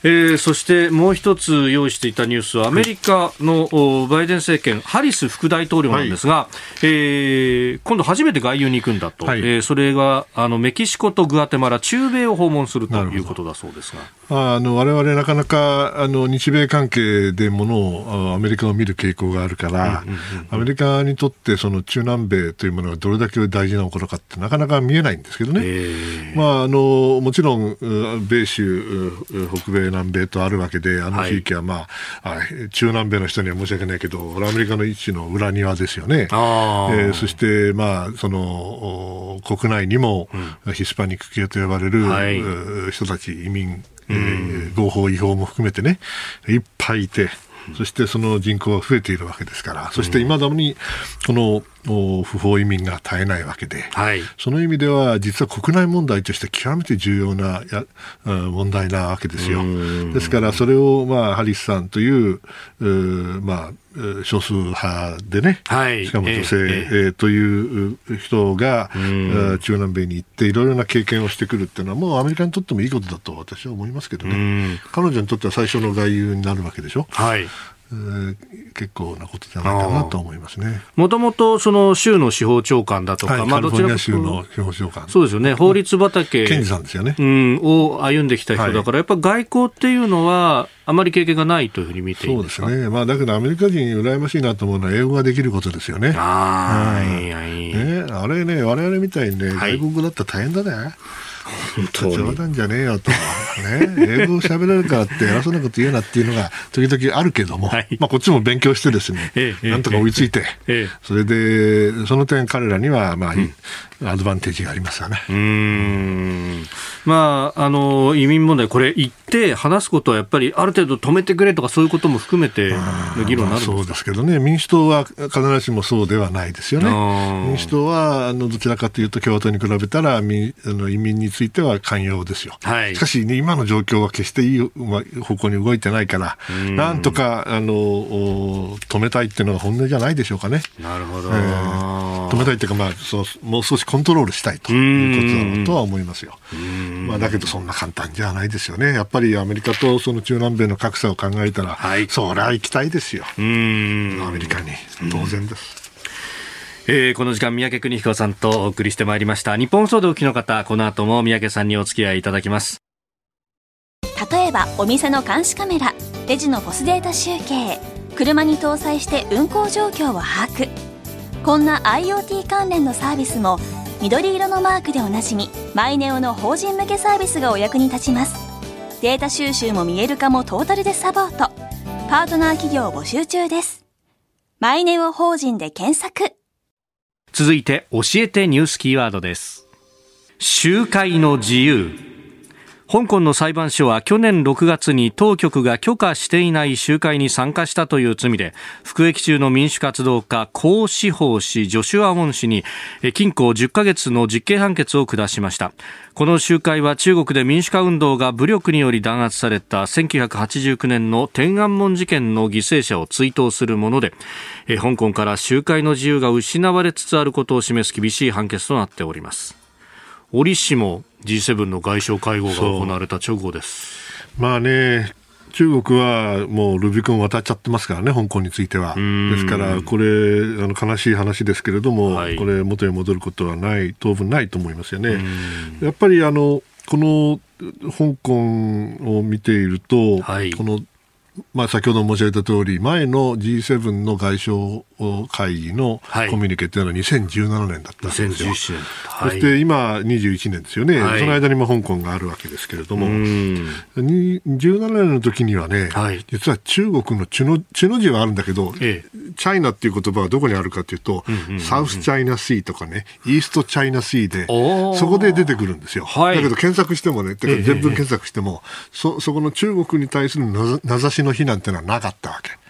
えー、そしてもう一つ用意していたニュースはアメリカのバイデン政権、ハリス副大統領なんですが、はい、えー、今度初めて外遊に行くんだと、はい、えー、それがあのメキシコとグアテマラ、中米を訪問するということだそうですが、 あの我々なかなかあの日米関係でものをアメリカを見る傾向があるから、うんうんうんうん、アメリカにとってその中南米というものがどれだけ大事なことかってなかなか見えないんですけどね、まあ、あのもちろん米州、北米、南米とあるわけで、あの地域は、まあはい、中南米の人には申し訳ないけどアメリカの一の裏庭ですよね。あ、えー、そして、まあ、その国内にも、うん、ヒスパニック系と呼ばれる、はい、人たち、移民、えー、合法違法も含めてね、いっぱいいて、そしてその人口は増えているわけですから、そして今だにこの不法移民が絶えないわけで、はい、その意味では実は国内問題として極めて重要なや問題なわけですよ。ですからそれを、まあ、ハリスさんという、まあ、少数派でね、はい、しかも女性、えーえー、という人が中南米に行っていろいろな経験をしてくるっていうのはもうアメリカにとってもいいことだと私は思いますけどね。彼女にとっては最初の外遊になるわけでしょ。はい、えー、結構なことじゃないかなと思いますね。 もともとその州の司法長官だとか、 はい、まあ、どちらか州の司法長官、 そうですよね、法律畑、 検事さんですよね、 うん、を歩んできた人だから、はい、やっぱり外交っていうのはあまり経験がないというふうに見ていいんですか。 そうですね、まあ、だけどアメリカ人羨ましいなと思うのは英語ができることですよね。あ、うん、いやいい、ね、あれね、我々みたいにね、はい、外国だったら大変だね。冗談じゃねえよと、ね、英語を喋れるからって偉そうなこと言うなっていうのが時々あるけども、はい、まあ、こっちも勉強してですね、ええ、なんとか追いついて、ええ、それでその点彼らには、まあ、うん、アドバンテージがありますよね。 うーん、まあ、あの移民問題、これ言って話すことはやっぱりある程度止めてくれとかそういうことも含めての議論になるんですか。 まあ、そうですけどね、民主党は必ずしもそうではないですよね。民主党はあのどちらかというと共和党に比べたら民あの移民については寛容ですよ。はい、しかし、ね、今の状況は決していい方向に動いてないから、なんとかあの止めたいっていうのが本音じゃないでしょうかね。 なるほど、 えー、止めたいっていうか、まあ、そのもう少しコントロールしたいということだろうとは思いますよ。まあ、だけどそんな簡単じゃないですよね。やっぱりアメリカとその中南米の格差を考えたら、はい、そりゃ行きたいですよ、うーん、アメリカに当然です。 えー、この時間三宅邦彦さんとお送りしてまいりました。日本放送でお聞きの方、この後も三宅さんにお付き合いいただきます。 例えばお店の監視カメラ、レジのポスデータ集計、車に搭載して運行状況を把握、こんな IoT 関連のサービスも緑色のマークでおなじみマイネオの法人向けサービスがお役に立ちます。データ収集も見える化もトータルでサポート。パートナー企業募集中です。マイネオ法人で検索。 続いて教えてニュースキーワードです。集会の自由。香港の裁判所は去年ろくがつに当局が許可していない集会に参加したという罪で、服役中の民主活動家コウ・シホウ氏、ジョシュア・ウォン氏に禁錮じゅっかげつの実刑判決を下しました。この集会は中国で民主化運動が武力により弾圧されたせんきゅうひゃくはちじゅうきゅうねんの天安門事件の犠牲者を追悼するもので、香港から集会の自由が失われつつあることを示す厳しい判決となっております。折しも ジーセブン の外相会合が行われた直後です。 まあね、中国はもうルビコン渡っちゃってますからね、香港については。ですからこれあの悲しい話ですけれども、はい、これ元に戻ることはない当分ないと思いますよね。やっぱりあのこの香港を見ていると、はい、このまあ、先ほど申し上げた通り前の ジーセブン の外相会議のコミュニケというのはにせんじゅうななねんだったんですよ。にせんじゅうななねん、はい、そして今にじゅういちねんですよね、はい、その間にも香港があるわけですけれども、じゅうななねんの時にはね、はい、実は中国の血の、血の字はあるんだけど、ええ、チャイナっていう言葉はどこにあるかというと、うんうんうんうん、サウスチャイナシーとかね、イーストチャイナシーでそこで出てくるんですよ、はい、だけど検索してもね、全文検索しても、ええ、そ, そこの中国に対する名指しの非難っていうのはなかったわけ。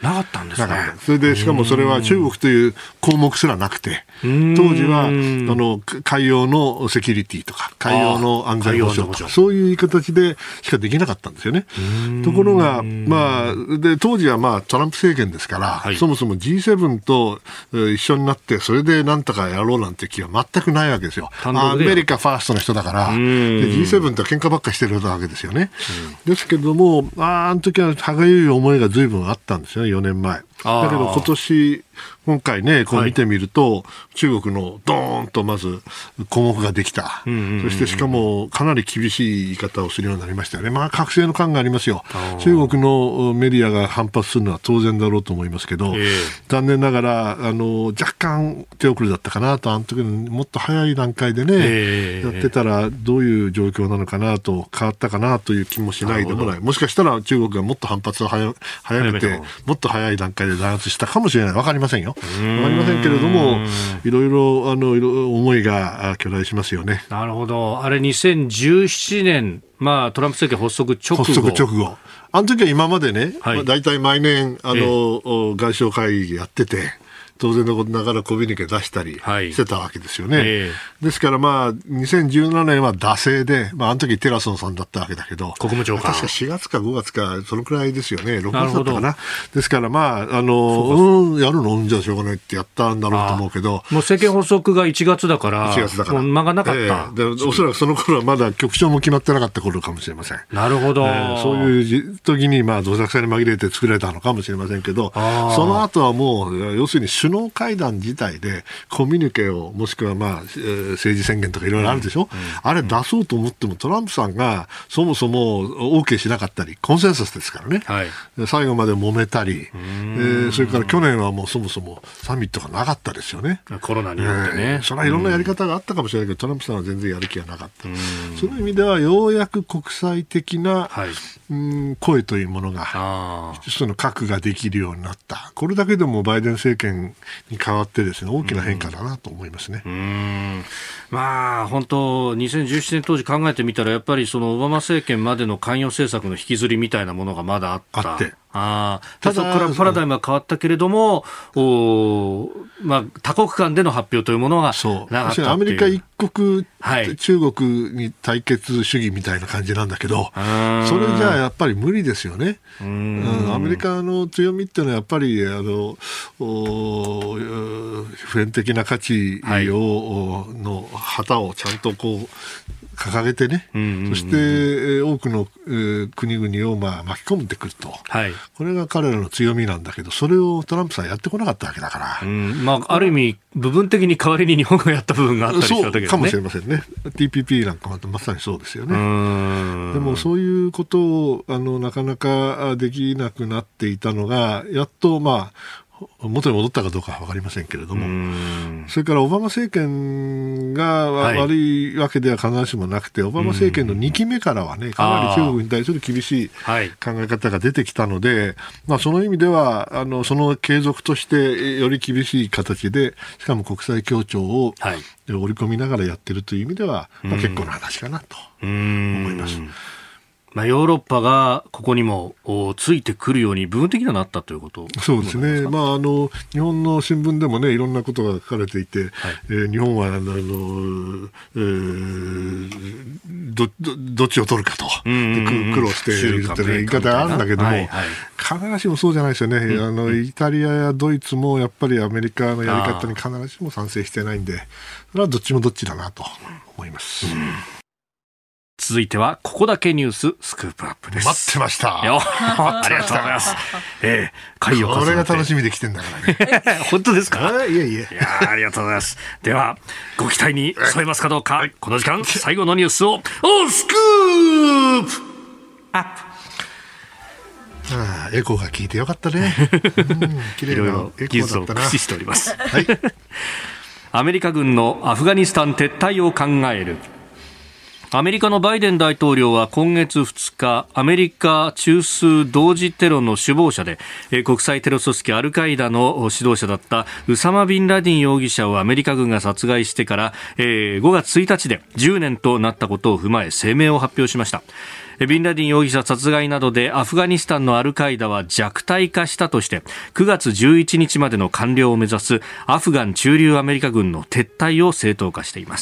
なかったんですね。 それでしかもそれは中国という項目すらなくて、当時はあの海洋のセキュリティとか海洋の安全保障とかそういう形でしかできなかったんですよね。ところが、まあ、で当時は、まあ、トランプ政権ですから、はい、そもそも ジーセブン と一緒になってそれでなんとかやろうなんて気は全くないわけですよ。アメリカファーストの人だからで ジーセブン と喧嘩ばっかりしてるわけですよね。ですけども、あ, あの時は歯がゆい思いが随分あったんですよね、よねんまえ。だけど今年今回ねこう見てみると、はい、中国のドーンとまず項目ができた、うんうんうん、そしてしかもかなり厳しい言い方をするようになりましたよね。まあ覚醒の感がありますよ。中国のメディアが反発するのは当然だろうと思いますけど、えー、残念ながらあの若干手遅れだったかなと、あの時のもっと早い段階でね、えー、やってたらどういう状況なのかなと、変わったかなという気もしないでもない。もしかしたら中国がもっと反発を早早めてもっと早い段階で弾圧したかもしれない。わかりませんよ。わかりませんけれども、いろいろあのいろ思いが巨大しますよね。 なるほど。あれにせんじゅうななねん、まあトランプ政権発足直後。 発足直後。あの時は今までね、はい、まあ、大体毎年あの、ええ、外相会議やってて。当然のことながらコミュニケ出したりしてたわけですよね。はい、えー、ですからまあにせんじゅうななねんは惰性で、まあ、あの時テラソンさんだったわけだけど、 国務長官確かしがつかごがつかそのくらいですよね。ろくがつだったかな。ですからまああのうんやるのうんじゃしょうがないってやったんだろうと思うけど、 もう政権発足がいちがつだからいちがつだからもう間がなかった、えー、でおそらくその頃はまだ局長も決まってなかった頃かもしれません。 なるほど、えー、そういう時にまあどさくさに紛れて作られたのかもしれませんけど、その後はもう要するに首脳会談自体でコミュニケをもしくは、まあえー、政治宣言とかいろいろあるでしょ、うんうん、あれ出そうと思ってもトランプさんがそもそも OK しなかったり、コンセンサスですからね、はい、最後まで揉めたり、えー、それから去年はもうそもそもサミットがなかったですよね。 コロナによってね、えー、 それはいろんなやり方があったかもしれないけど、トランプさんは全然やる気がなかった。その意味ではようやく国際的な、はい、うん声というものがその核ができるようになった。これだけでもバイデン政権に変わってですね、大きな変化だなと思いますね。 うーん、まあ本当にせんじゅうななねん当時考えてみたら、やっぱりそのオバマ政権までの関与政策の引きずりみたいなものがまだあった。 あってあただそこからパラダイムは変わったけれども、お、まあ、多国間での発表というものがなかったっていう。 アメリカ一国、はい、中国に対決主義みたいな感じなんだけど、それじゃあやっぱり無理ですよね。うん、アメリカの強みっていうのはやっぱりあの普遍的な価値を、はい、の旗をちゃんとこう掲げてね、うんうんうん、そして多くの、えー、国々をまあ巻き込んでくると、はい、これが彼らの強みなんだけど、それをトランプさんやってこなかったわけだから、 うん、まあ、ある意味部分的に代わりに日本がやった部分があったりしたわけですね。 そうかもしれませんね。 ティーピーピー なんかまさにそうですよね。うんでもそういうことをあのなかなかできなくなっていたのがやっとまあ元に戻ったかどうかは分かりませんけれども、それからオバマ政権が悪いわけでは必ずしもなくて、オバマ政権のにきめからはね、かなり中国に対する厳しい考え方が出てきたので、まあ、その意味ではあのその継続としてより厳しい形で、しかも国際協調を織り込みながらやっているという意味では、まあ、結構な話かなと思います。 まあ、ヨーロッパがここにもついてくるように部分的にはなったということそうですね。まあ、あの日本の新聞でもねいろんなことが書かれていて、はい、えー、日本はあの、えー、ど, ど, どっちを取るかと、うんうんうん、苦労しているという言い方があるんだけども、はいはい、必ずしもそうじゃないですよね、うん、あのイタリアやドイツもやっぱりアメリカのやり方に必ずしも賛成してないんで、それはどっちもどっちだなと思います。うん、 続いてはここだけニューススクープアップです。 待ってました。 ありがとうございます。えー、回を重ねてこれが楽しみで来てんだからね。 本当ですか。 いやいや。 いやありがとうございます。ではご期待に添えますかどうか、はい、この時間最後のニュースをおスクープアップ。 ああエコーが効いてよかったね。綺麗なエコーだったな。いろいろ技術を駆使しております。はい、アメリカ軍のアフガニスタン撤退を考える。 アメリカのバイデン大統領は今月ふつか、アメリカ中枢同時テロの首謀者で、えー、国際テロ組織アルカイダの指導者だったウサマ・ビンラディン容疑者をアメリカ軍が殺害してから、えー、ごがつついたちでじゅうねんとなったことを踏まえ声明を発表しました。ビンラディン容疑者殺害などでアフガニスタンのアルカイダは弱体化したとしてくがつじゅういちにちまでの完了を目指すアフガン駐留アメリカ軍の撤退を正当化しています。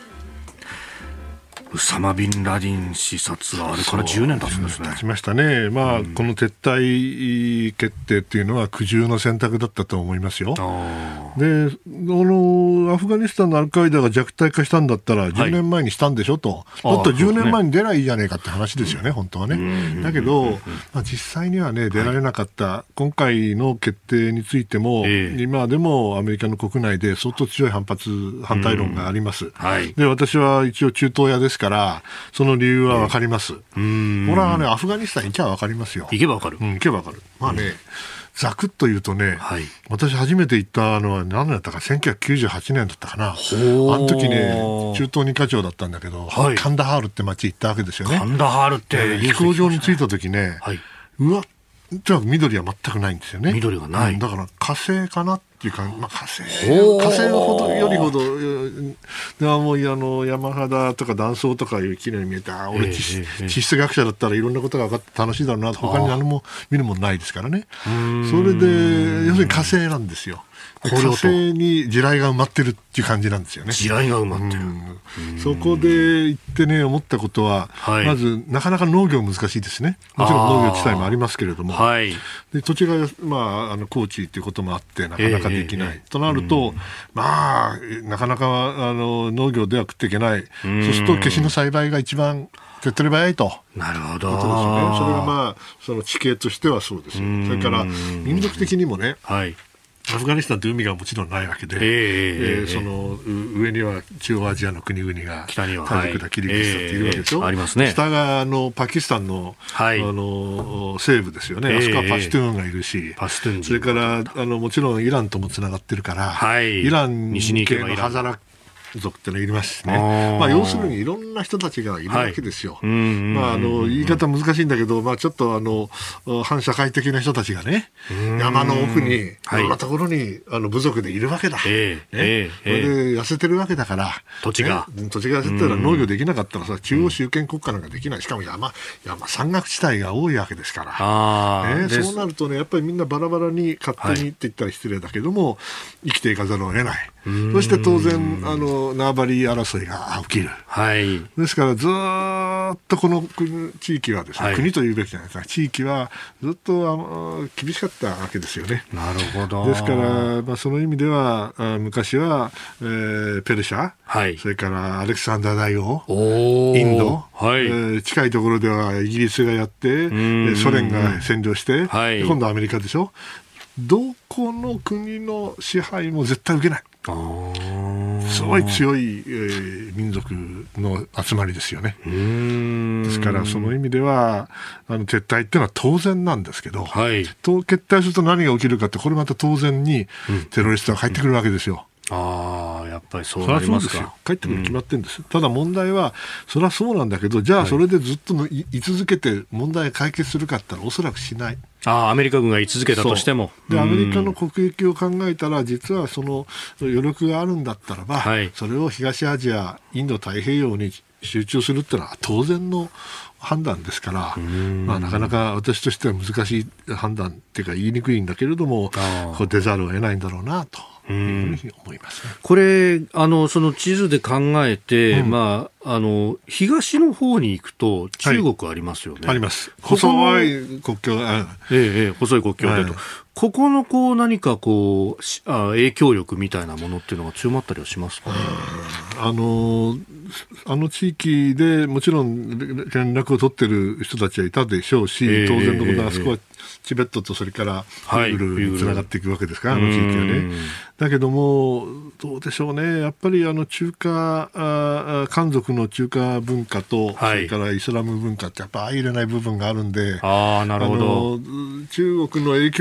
ウサマ・ビンラディン氏殺はあれからじゅうねん経つんですね。 経ちましたね。まあ、うん、この撤退決定っていうのは苦渋の選択だったと思いますよ。で、あのアフガニスタンのアルカイダが弱体化したんだったらじゅうねんまえにしたんでしょと、はい、だったらじゅうねんまえに出ないじゃねえかって話ですよね、本当はね。だけど、まあ、実際にはね出られなかった、はい、今回の決定についても、えー、今でもアメリカの国内で相当強い反発反対論があります、うんはい、で私は一応中東屋ですからからその理由は分かります。えー、これはねアフガニスタン行けば分かりますよ。 行けば分かる。 うん、行けば分かる。まあね、うん、ざくっと言うとね、はい、私初めて行ったのは何だったかせんきゅうひゃくきゅうじゅうはちねんだったかな。あの時ね中東に課長だったんだけど、はい、カンダハールって町行ったわけですよね。 カンダハールって、 えー、飛行場に着いた時ね、はい、うわじゃあ緑は全くないんですよね。 緑がない、 うん、だから火星かなっていうか、まあ、火星火星ほどよりほどでもうあの山肌とか断層とかいうきれいに見えて、あ俺地質、えー、地質学者だったらいろんなことが分かって楽しいだろうなと、他に何も見るものないですからね。それで要するに火星なんですよ。火星に地雷が埋まってるっていう感じなんですよね。 地雷が埋まってる、 うん、そこで行ってね思ったことは、はい、まずなかなか農業難しいですね。もちろん農業地帯もありますけれども、はい、で土地が、まあ、あの高地ということもあってなかなかできない、えーえー、となると、うん、まあなかなかあの農業では食っていけない。そうするとケシの栽培が一番手っ取り早いと。 なるほど。 ことですよね。それがまあその地形としてはそうですよ。それから民族的にもね、はい、アフガニスタンって海がもちろんないわけで、えーえー、その上には中央アジアの国々が北にはタジクだキルギスタンっているわけでしょ、 えーえー、ありますね。 北側のパキスタン の,、はい、あの西部ですよね、えー、あそこはパシュトゥーンがいるし、パシュトゥーンそれからあのもちろんイランともつながってるから、はい、イラン系のハザラ族ってのいますしね。あ、まあ、要するにいろんな人たちがいるわけですよ。はい、まあ、あの言い方難しいんだけど、まあ、ちょっとあの反社会的な人たちがね山の奥にいろんなところに、はい、あの部族でいるわけだ、えーねえー、それで痩せてるわけだから土地が、 ね、土地が痩せてたら農業できなかったらさ中央集権国家なんかできない。しかも山、山山岳地帯が多いわけですから、あ、ね、そうなるとねやっぱりみんなバラバラに勝手にって言ったら失礼だけども、はい、生きていかざるを得ない。そして当然あの縄張り争いが起きる、はい、ですからずっとこの国地域はですね、はい、国というべきじゃないですか、地域はずっと厳しかったわけですよね。 なるほど。 ですから、まあ、その意味では昔は、えー、ペルシャ、はい、それからアレクサンダー大王、インド、はい、えー、近いところではイギリスがやってソ連が占領して、はい、今度はアメリカでしょ。どこの国の支配も絶対受けない。すごい強い、えー、民族の集まりですよね。うーん、ですからその意味ではあの撤退っていうのは当然なんですけど、はい、と撤退すると何が起きるかって、これまた当然にテロリストが帰ってくるわけですよ。うん、ああ、やっぱりそうなりますか。そりゃそうですよ。帰ってくるに決まってるんです、うん、ただ問題はそれはそうなんだけど、じゃあそれでずっとの、はい、居続けて問題解決するかって言ったらおそらくしない。 ああ、アメリカ軍が居続けたとしてもでアメリカの国益を考えたら実はその余力があるんだったらば、はい、それを東アジアインド太平洋に集中するっていうのは当然の判断ですから、まあ、なかなか私としては難しい判断っていうか言いにくいんだけれども、こう出ざるを得ないんだろうなというふうに思います、ね、 これあのその地図で考えて、うん、まあ、あの東の方に行くと中国ありますよね、はい、 あります。細い国境、 ええええ、細い国境でと、はい、ここのこう何かこうあ影響力みたいなものっていうのが強まったりはしますかね。 あのあの地域でもちろん連絡を取っている人たちはいたでしょうし、えー、当然のことはあそこはチベットとそれからウイグルにつながっていくわけですから、はい、あの地域はね。だけどもどうでしょうね、やっぱりあの中華あ漢族の中華文化と、はい、それからイスラム文化ってやっぱ相入れない部分があるんで、 あ、なるほど。 あの中国の影響力が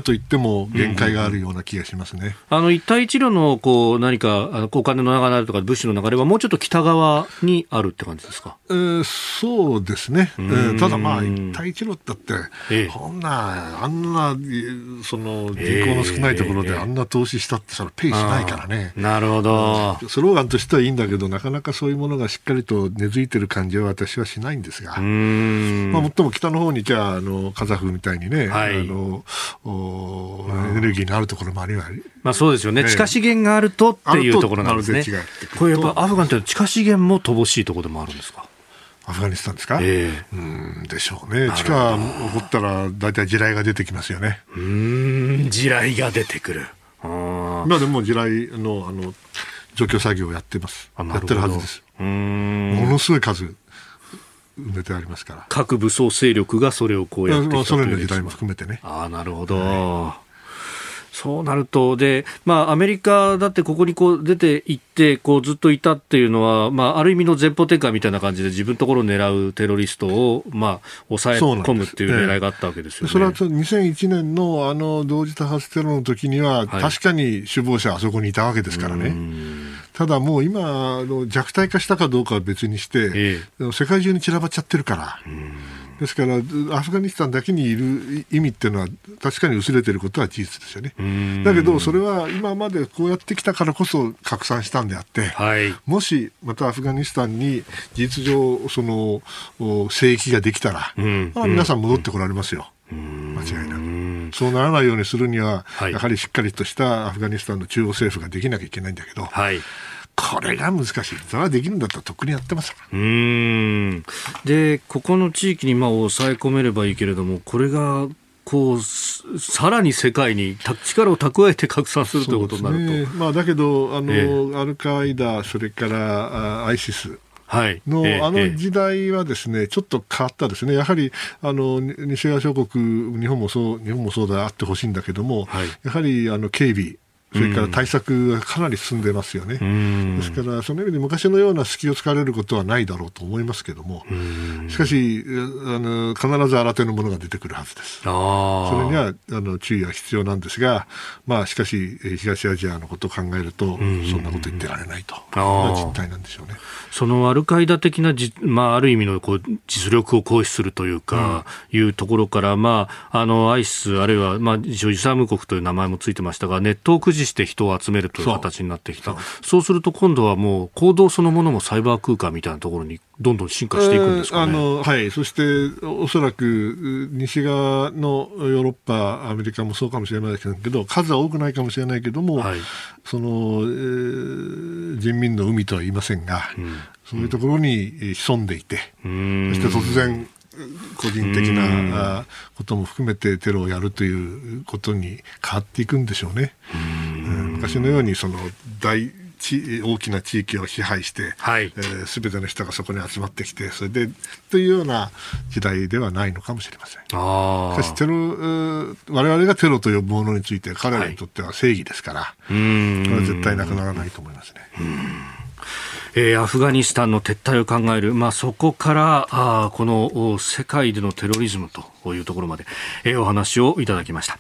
といっても限界があるような気がしますね。うんうん、 あの一帯一路のこう何かあのお金の流れとか物資の流れはもうちょっと北側にあるって感じですか。 えー、そうですね、えー、ただまあ一帯一路だって、ええ、こんなあんなその人口の少ないところであんな投資したってそれペイしないからね、 ええ、なるほど。 スローガンとしてはいいんだけどなかなかそういうものがしっかりと根付いてる感じは私はしないんですが、うーん、まあ、もっとも北の方にじゃあ、あのカザフみたいにね、はい、あのエネルギーのあるところもありは、 まあ、そうですよね、ええ、地下資源があるとっていうところなんですね。これやっぱアフガンって地下資源も乏しいところでもあるんですか。 アフガニスタンですか、 えー、 うんでしょうね。地下掘ったら大体地雷が出てきますよね。 うーん、地雷が出てくる。 あ今でも地雷 の, あの除去作業をやってます。やってるはずです。うーん、ものすごい数埋めてありますから。 各武装勢力がそれをこうやってきたという。 ソ連の時代も含めてね。 ああ、なるほど、はい。そうなると、で、まあ、アメリカだってここにこう出て行ってこうずっといたっていうのは、まあ、ある意味の前方展開みたいな感じで自分のところを狙うテロリストを、まあ、抑え込むっていう狙いがあったわけですよね。 それはにせんいちねんのあの同時多発テロの時には、はい、確かに首謀者はあそこにいたわけですからね。ただもう今あの弱体化したかどうかは別にして、ええ、世界中に散らばっちゃってるから。ですからアフガニスタンだけにいる意味っていうのは確かに薄れていることは事実ですよね。だけどそれは今までこうやってきたからこそ拡散したんであって、はい、もしまたアフガニスタンに事実上その聖域ができたら、まあ、皆さん戻ってこられますよ。間違いなく。そうならないようにするには、はい、やはりしっかりとしたアフガニスタンの中央政府ができなきゃいけないんだけど、はい、これが難しい。それはできるんだったらとっくにやってますから。 うーん。で、ここの地域にまあ抑え込めればいいけれども、これがこうさらに世界に力を蓄えて拡散するということになると、ね、 まあ、だけどあの、えー、アルカイダ、それからアイシスの、はい、あの時代はですね、ちょっと変わったですね。やはりあの西側諸国、日本もそう日本もそうであってほしいんだけども、はい、やはりあの警備、それから対策がかなり進んでますよね。ですからその意味で昔のような隙を突かれることはないだろうと思いますけども、しかしあの必ず新手のものが出てくるはずです。あそれにはあの注意は必要なんですが、まあ、しかし東アジアのことを考えるとそんなこと言ってられないという実態なんでしょうね。 そのアルカイダ的なじ、まあ、ある意味のこう実力を行使するというか、うん、いうところから、まあ、あのアイシスあるいは、まあ、一応イスラム国という名前もついてましたが、ネットを駆使して人を集めるという形になってきた。そう、そうすると今度はもう行動そのものもサイバー空間みたいなところにどんどん進化していくんですかね。 えー、あのはい、そしておそらく西側のヨーロッパ、アメリカもそうかもしれないけど、数は多くないかもしれないけども、はい、その、えー、人民の海とは言いませんが、うん、そういうところに潜んでいて、うん、そして突然個人的なことも含めてテロをやるということに変わっていくんでしょうね。うん、昔のようにその大大きな地域を支配して、はいえー、全ての人がそこに集まってきて、それでというような時代ではないのかもしれません。あしかしテロ、我々がテロと呼ぶものについて彼らにとっては正義ですから、はい、うんこれは絶対なくならないと思いますね。うんえー、アフガニスタンの撤退を考える、まあ、そこからあこの世界でのテロリズムというところまで、えー、お話をいただきました。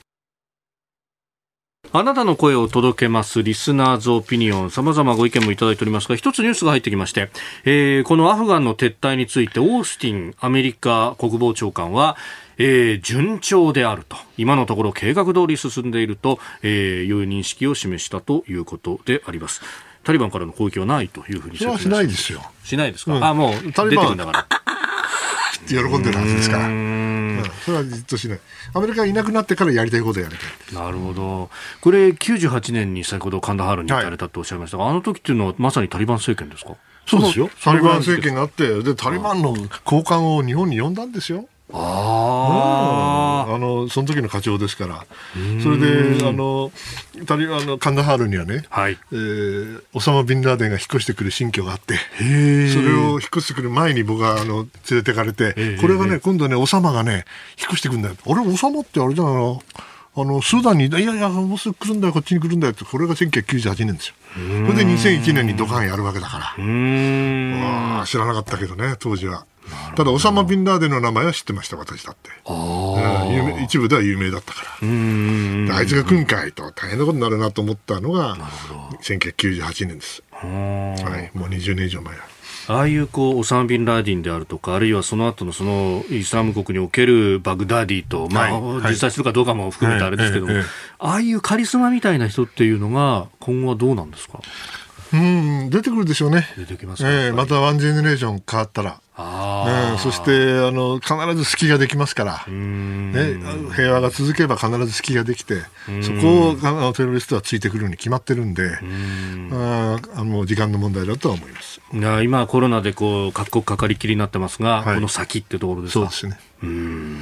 あなたの声を届けますリスナーズオピニオン、様々ご意見もいただいておりますが、一つニュースが入ってきまして、えー、このアフガンの撤退についてオースティンアメリカ国防長官は、えー、順調であると、今のところ計画通り進んでいると、えー、いう認識を示したということであります。タリバンからの攻撃はないというふうに説明しないですよ。 しないですか、うん、あもう出てくるんだから喜んでるはずですから、うん、うん、それはじっとしない。アメリカがいなくなってからやりたいことをやりたい。なるほど。これきゅうじゅうはちねんに先ほどカンダハルに行かれたとおっしゃいましたが、はい、あの時っていうのはまさにタリバン政権ですか？ そうですよ。タリバン政権があって、でタリバンの高官を日本に呼んだんですよ。ああのその時の課長ですから。それであのタリあのカンダハルにはね、はいえー、オサマ・ビンラーデンが引っ越してくる新居があって、へそれを引っ越してくる前に僕はあの連れてかれて、これがね今度ねオサマがね引っ越してくるんだよ。俺オサマってあれじゃないのあのスーダンにいやいやもうすぐ来るんだよこっちに来るんだよって、これがせんきゅうひゃくきゅうじゅうはちねんですよ。それでにせんいちねんにドカンやるわけだから、うーん、あ知らなかったけどね当時は。ただオサマ・ビンラーデンの名前は知ってました私だって。あ有名一部では有名だったから、うーんあいつが来んかいと大変なことになるなと思ったのがせんきゅうひゃくきゅうじゅうはちねんです。はい、もうにじゅうねん以上前だ。 ああいうこうオサマ・ビンラーディンであるとか、あるいはその後のそのイスラム国におけるバグダディと、まあはい、実際するかどうかも含めてあれですけども、はいはい、ああいうカリスマみたいな人っていうのが今後はどうなんですか。 うん出てくるでしょうね。 出てきますか、 えー、またワンジェネレーション変わったら、あ、うん、そしてあの必ず隙ができますから、ね、平和が続けば必ず隙ができて、そこをあのテロリストはついてくるに決まってるんで、んああの時間の問題だとは思います。 いや今コロナでこう各国かかりきりになってますが、はい、この先ってところですか。 そうですね。うん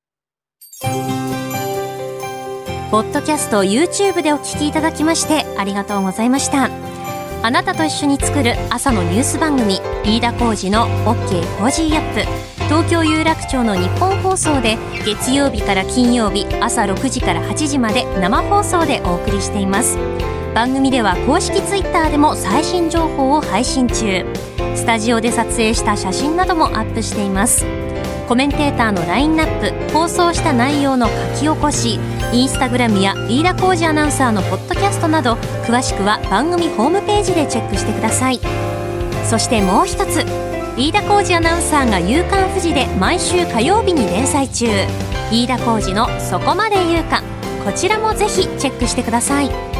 ポッドキャスト YouTube でお聞きいただきましてありがとうございました。あなたと一緒に作る朝のニュース番組飯田浩司の OK コージーアップ、東京有楽町の日本放送で月曜日から金曜日朝ろくじからはちじまで生放送でお送りしています。番組では公式ツイッターでも最新情報を配信中。スタジオで撮影した写真などもアップしています。コメンテーターのラインナップ、放送した内容の書き起こし、インスタグラムや飯田浩司アナウンサーのポッドキャストなど詳しくは番組ホームページでチェックしてください。そしてもう一つ、飯田浩司アナウンサーが夕刊フジで毎週火曜日に連載中、飯田浩司のそこまで言うか、こちらもぜひチェックしてください。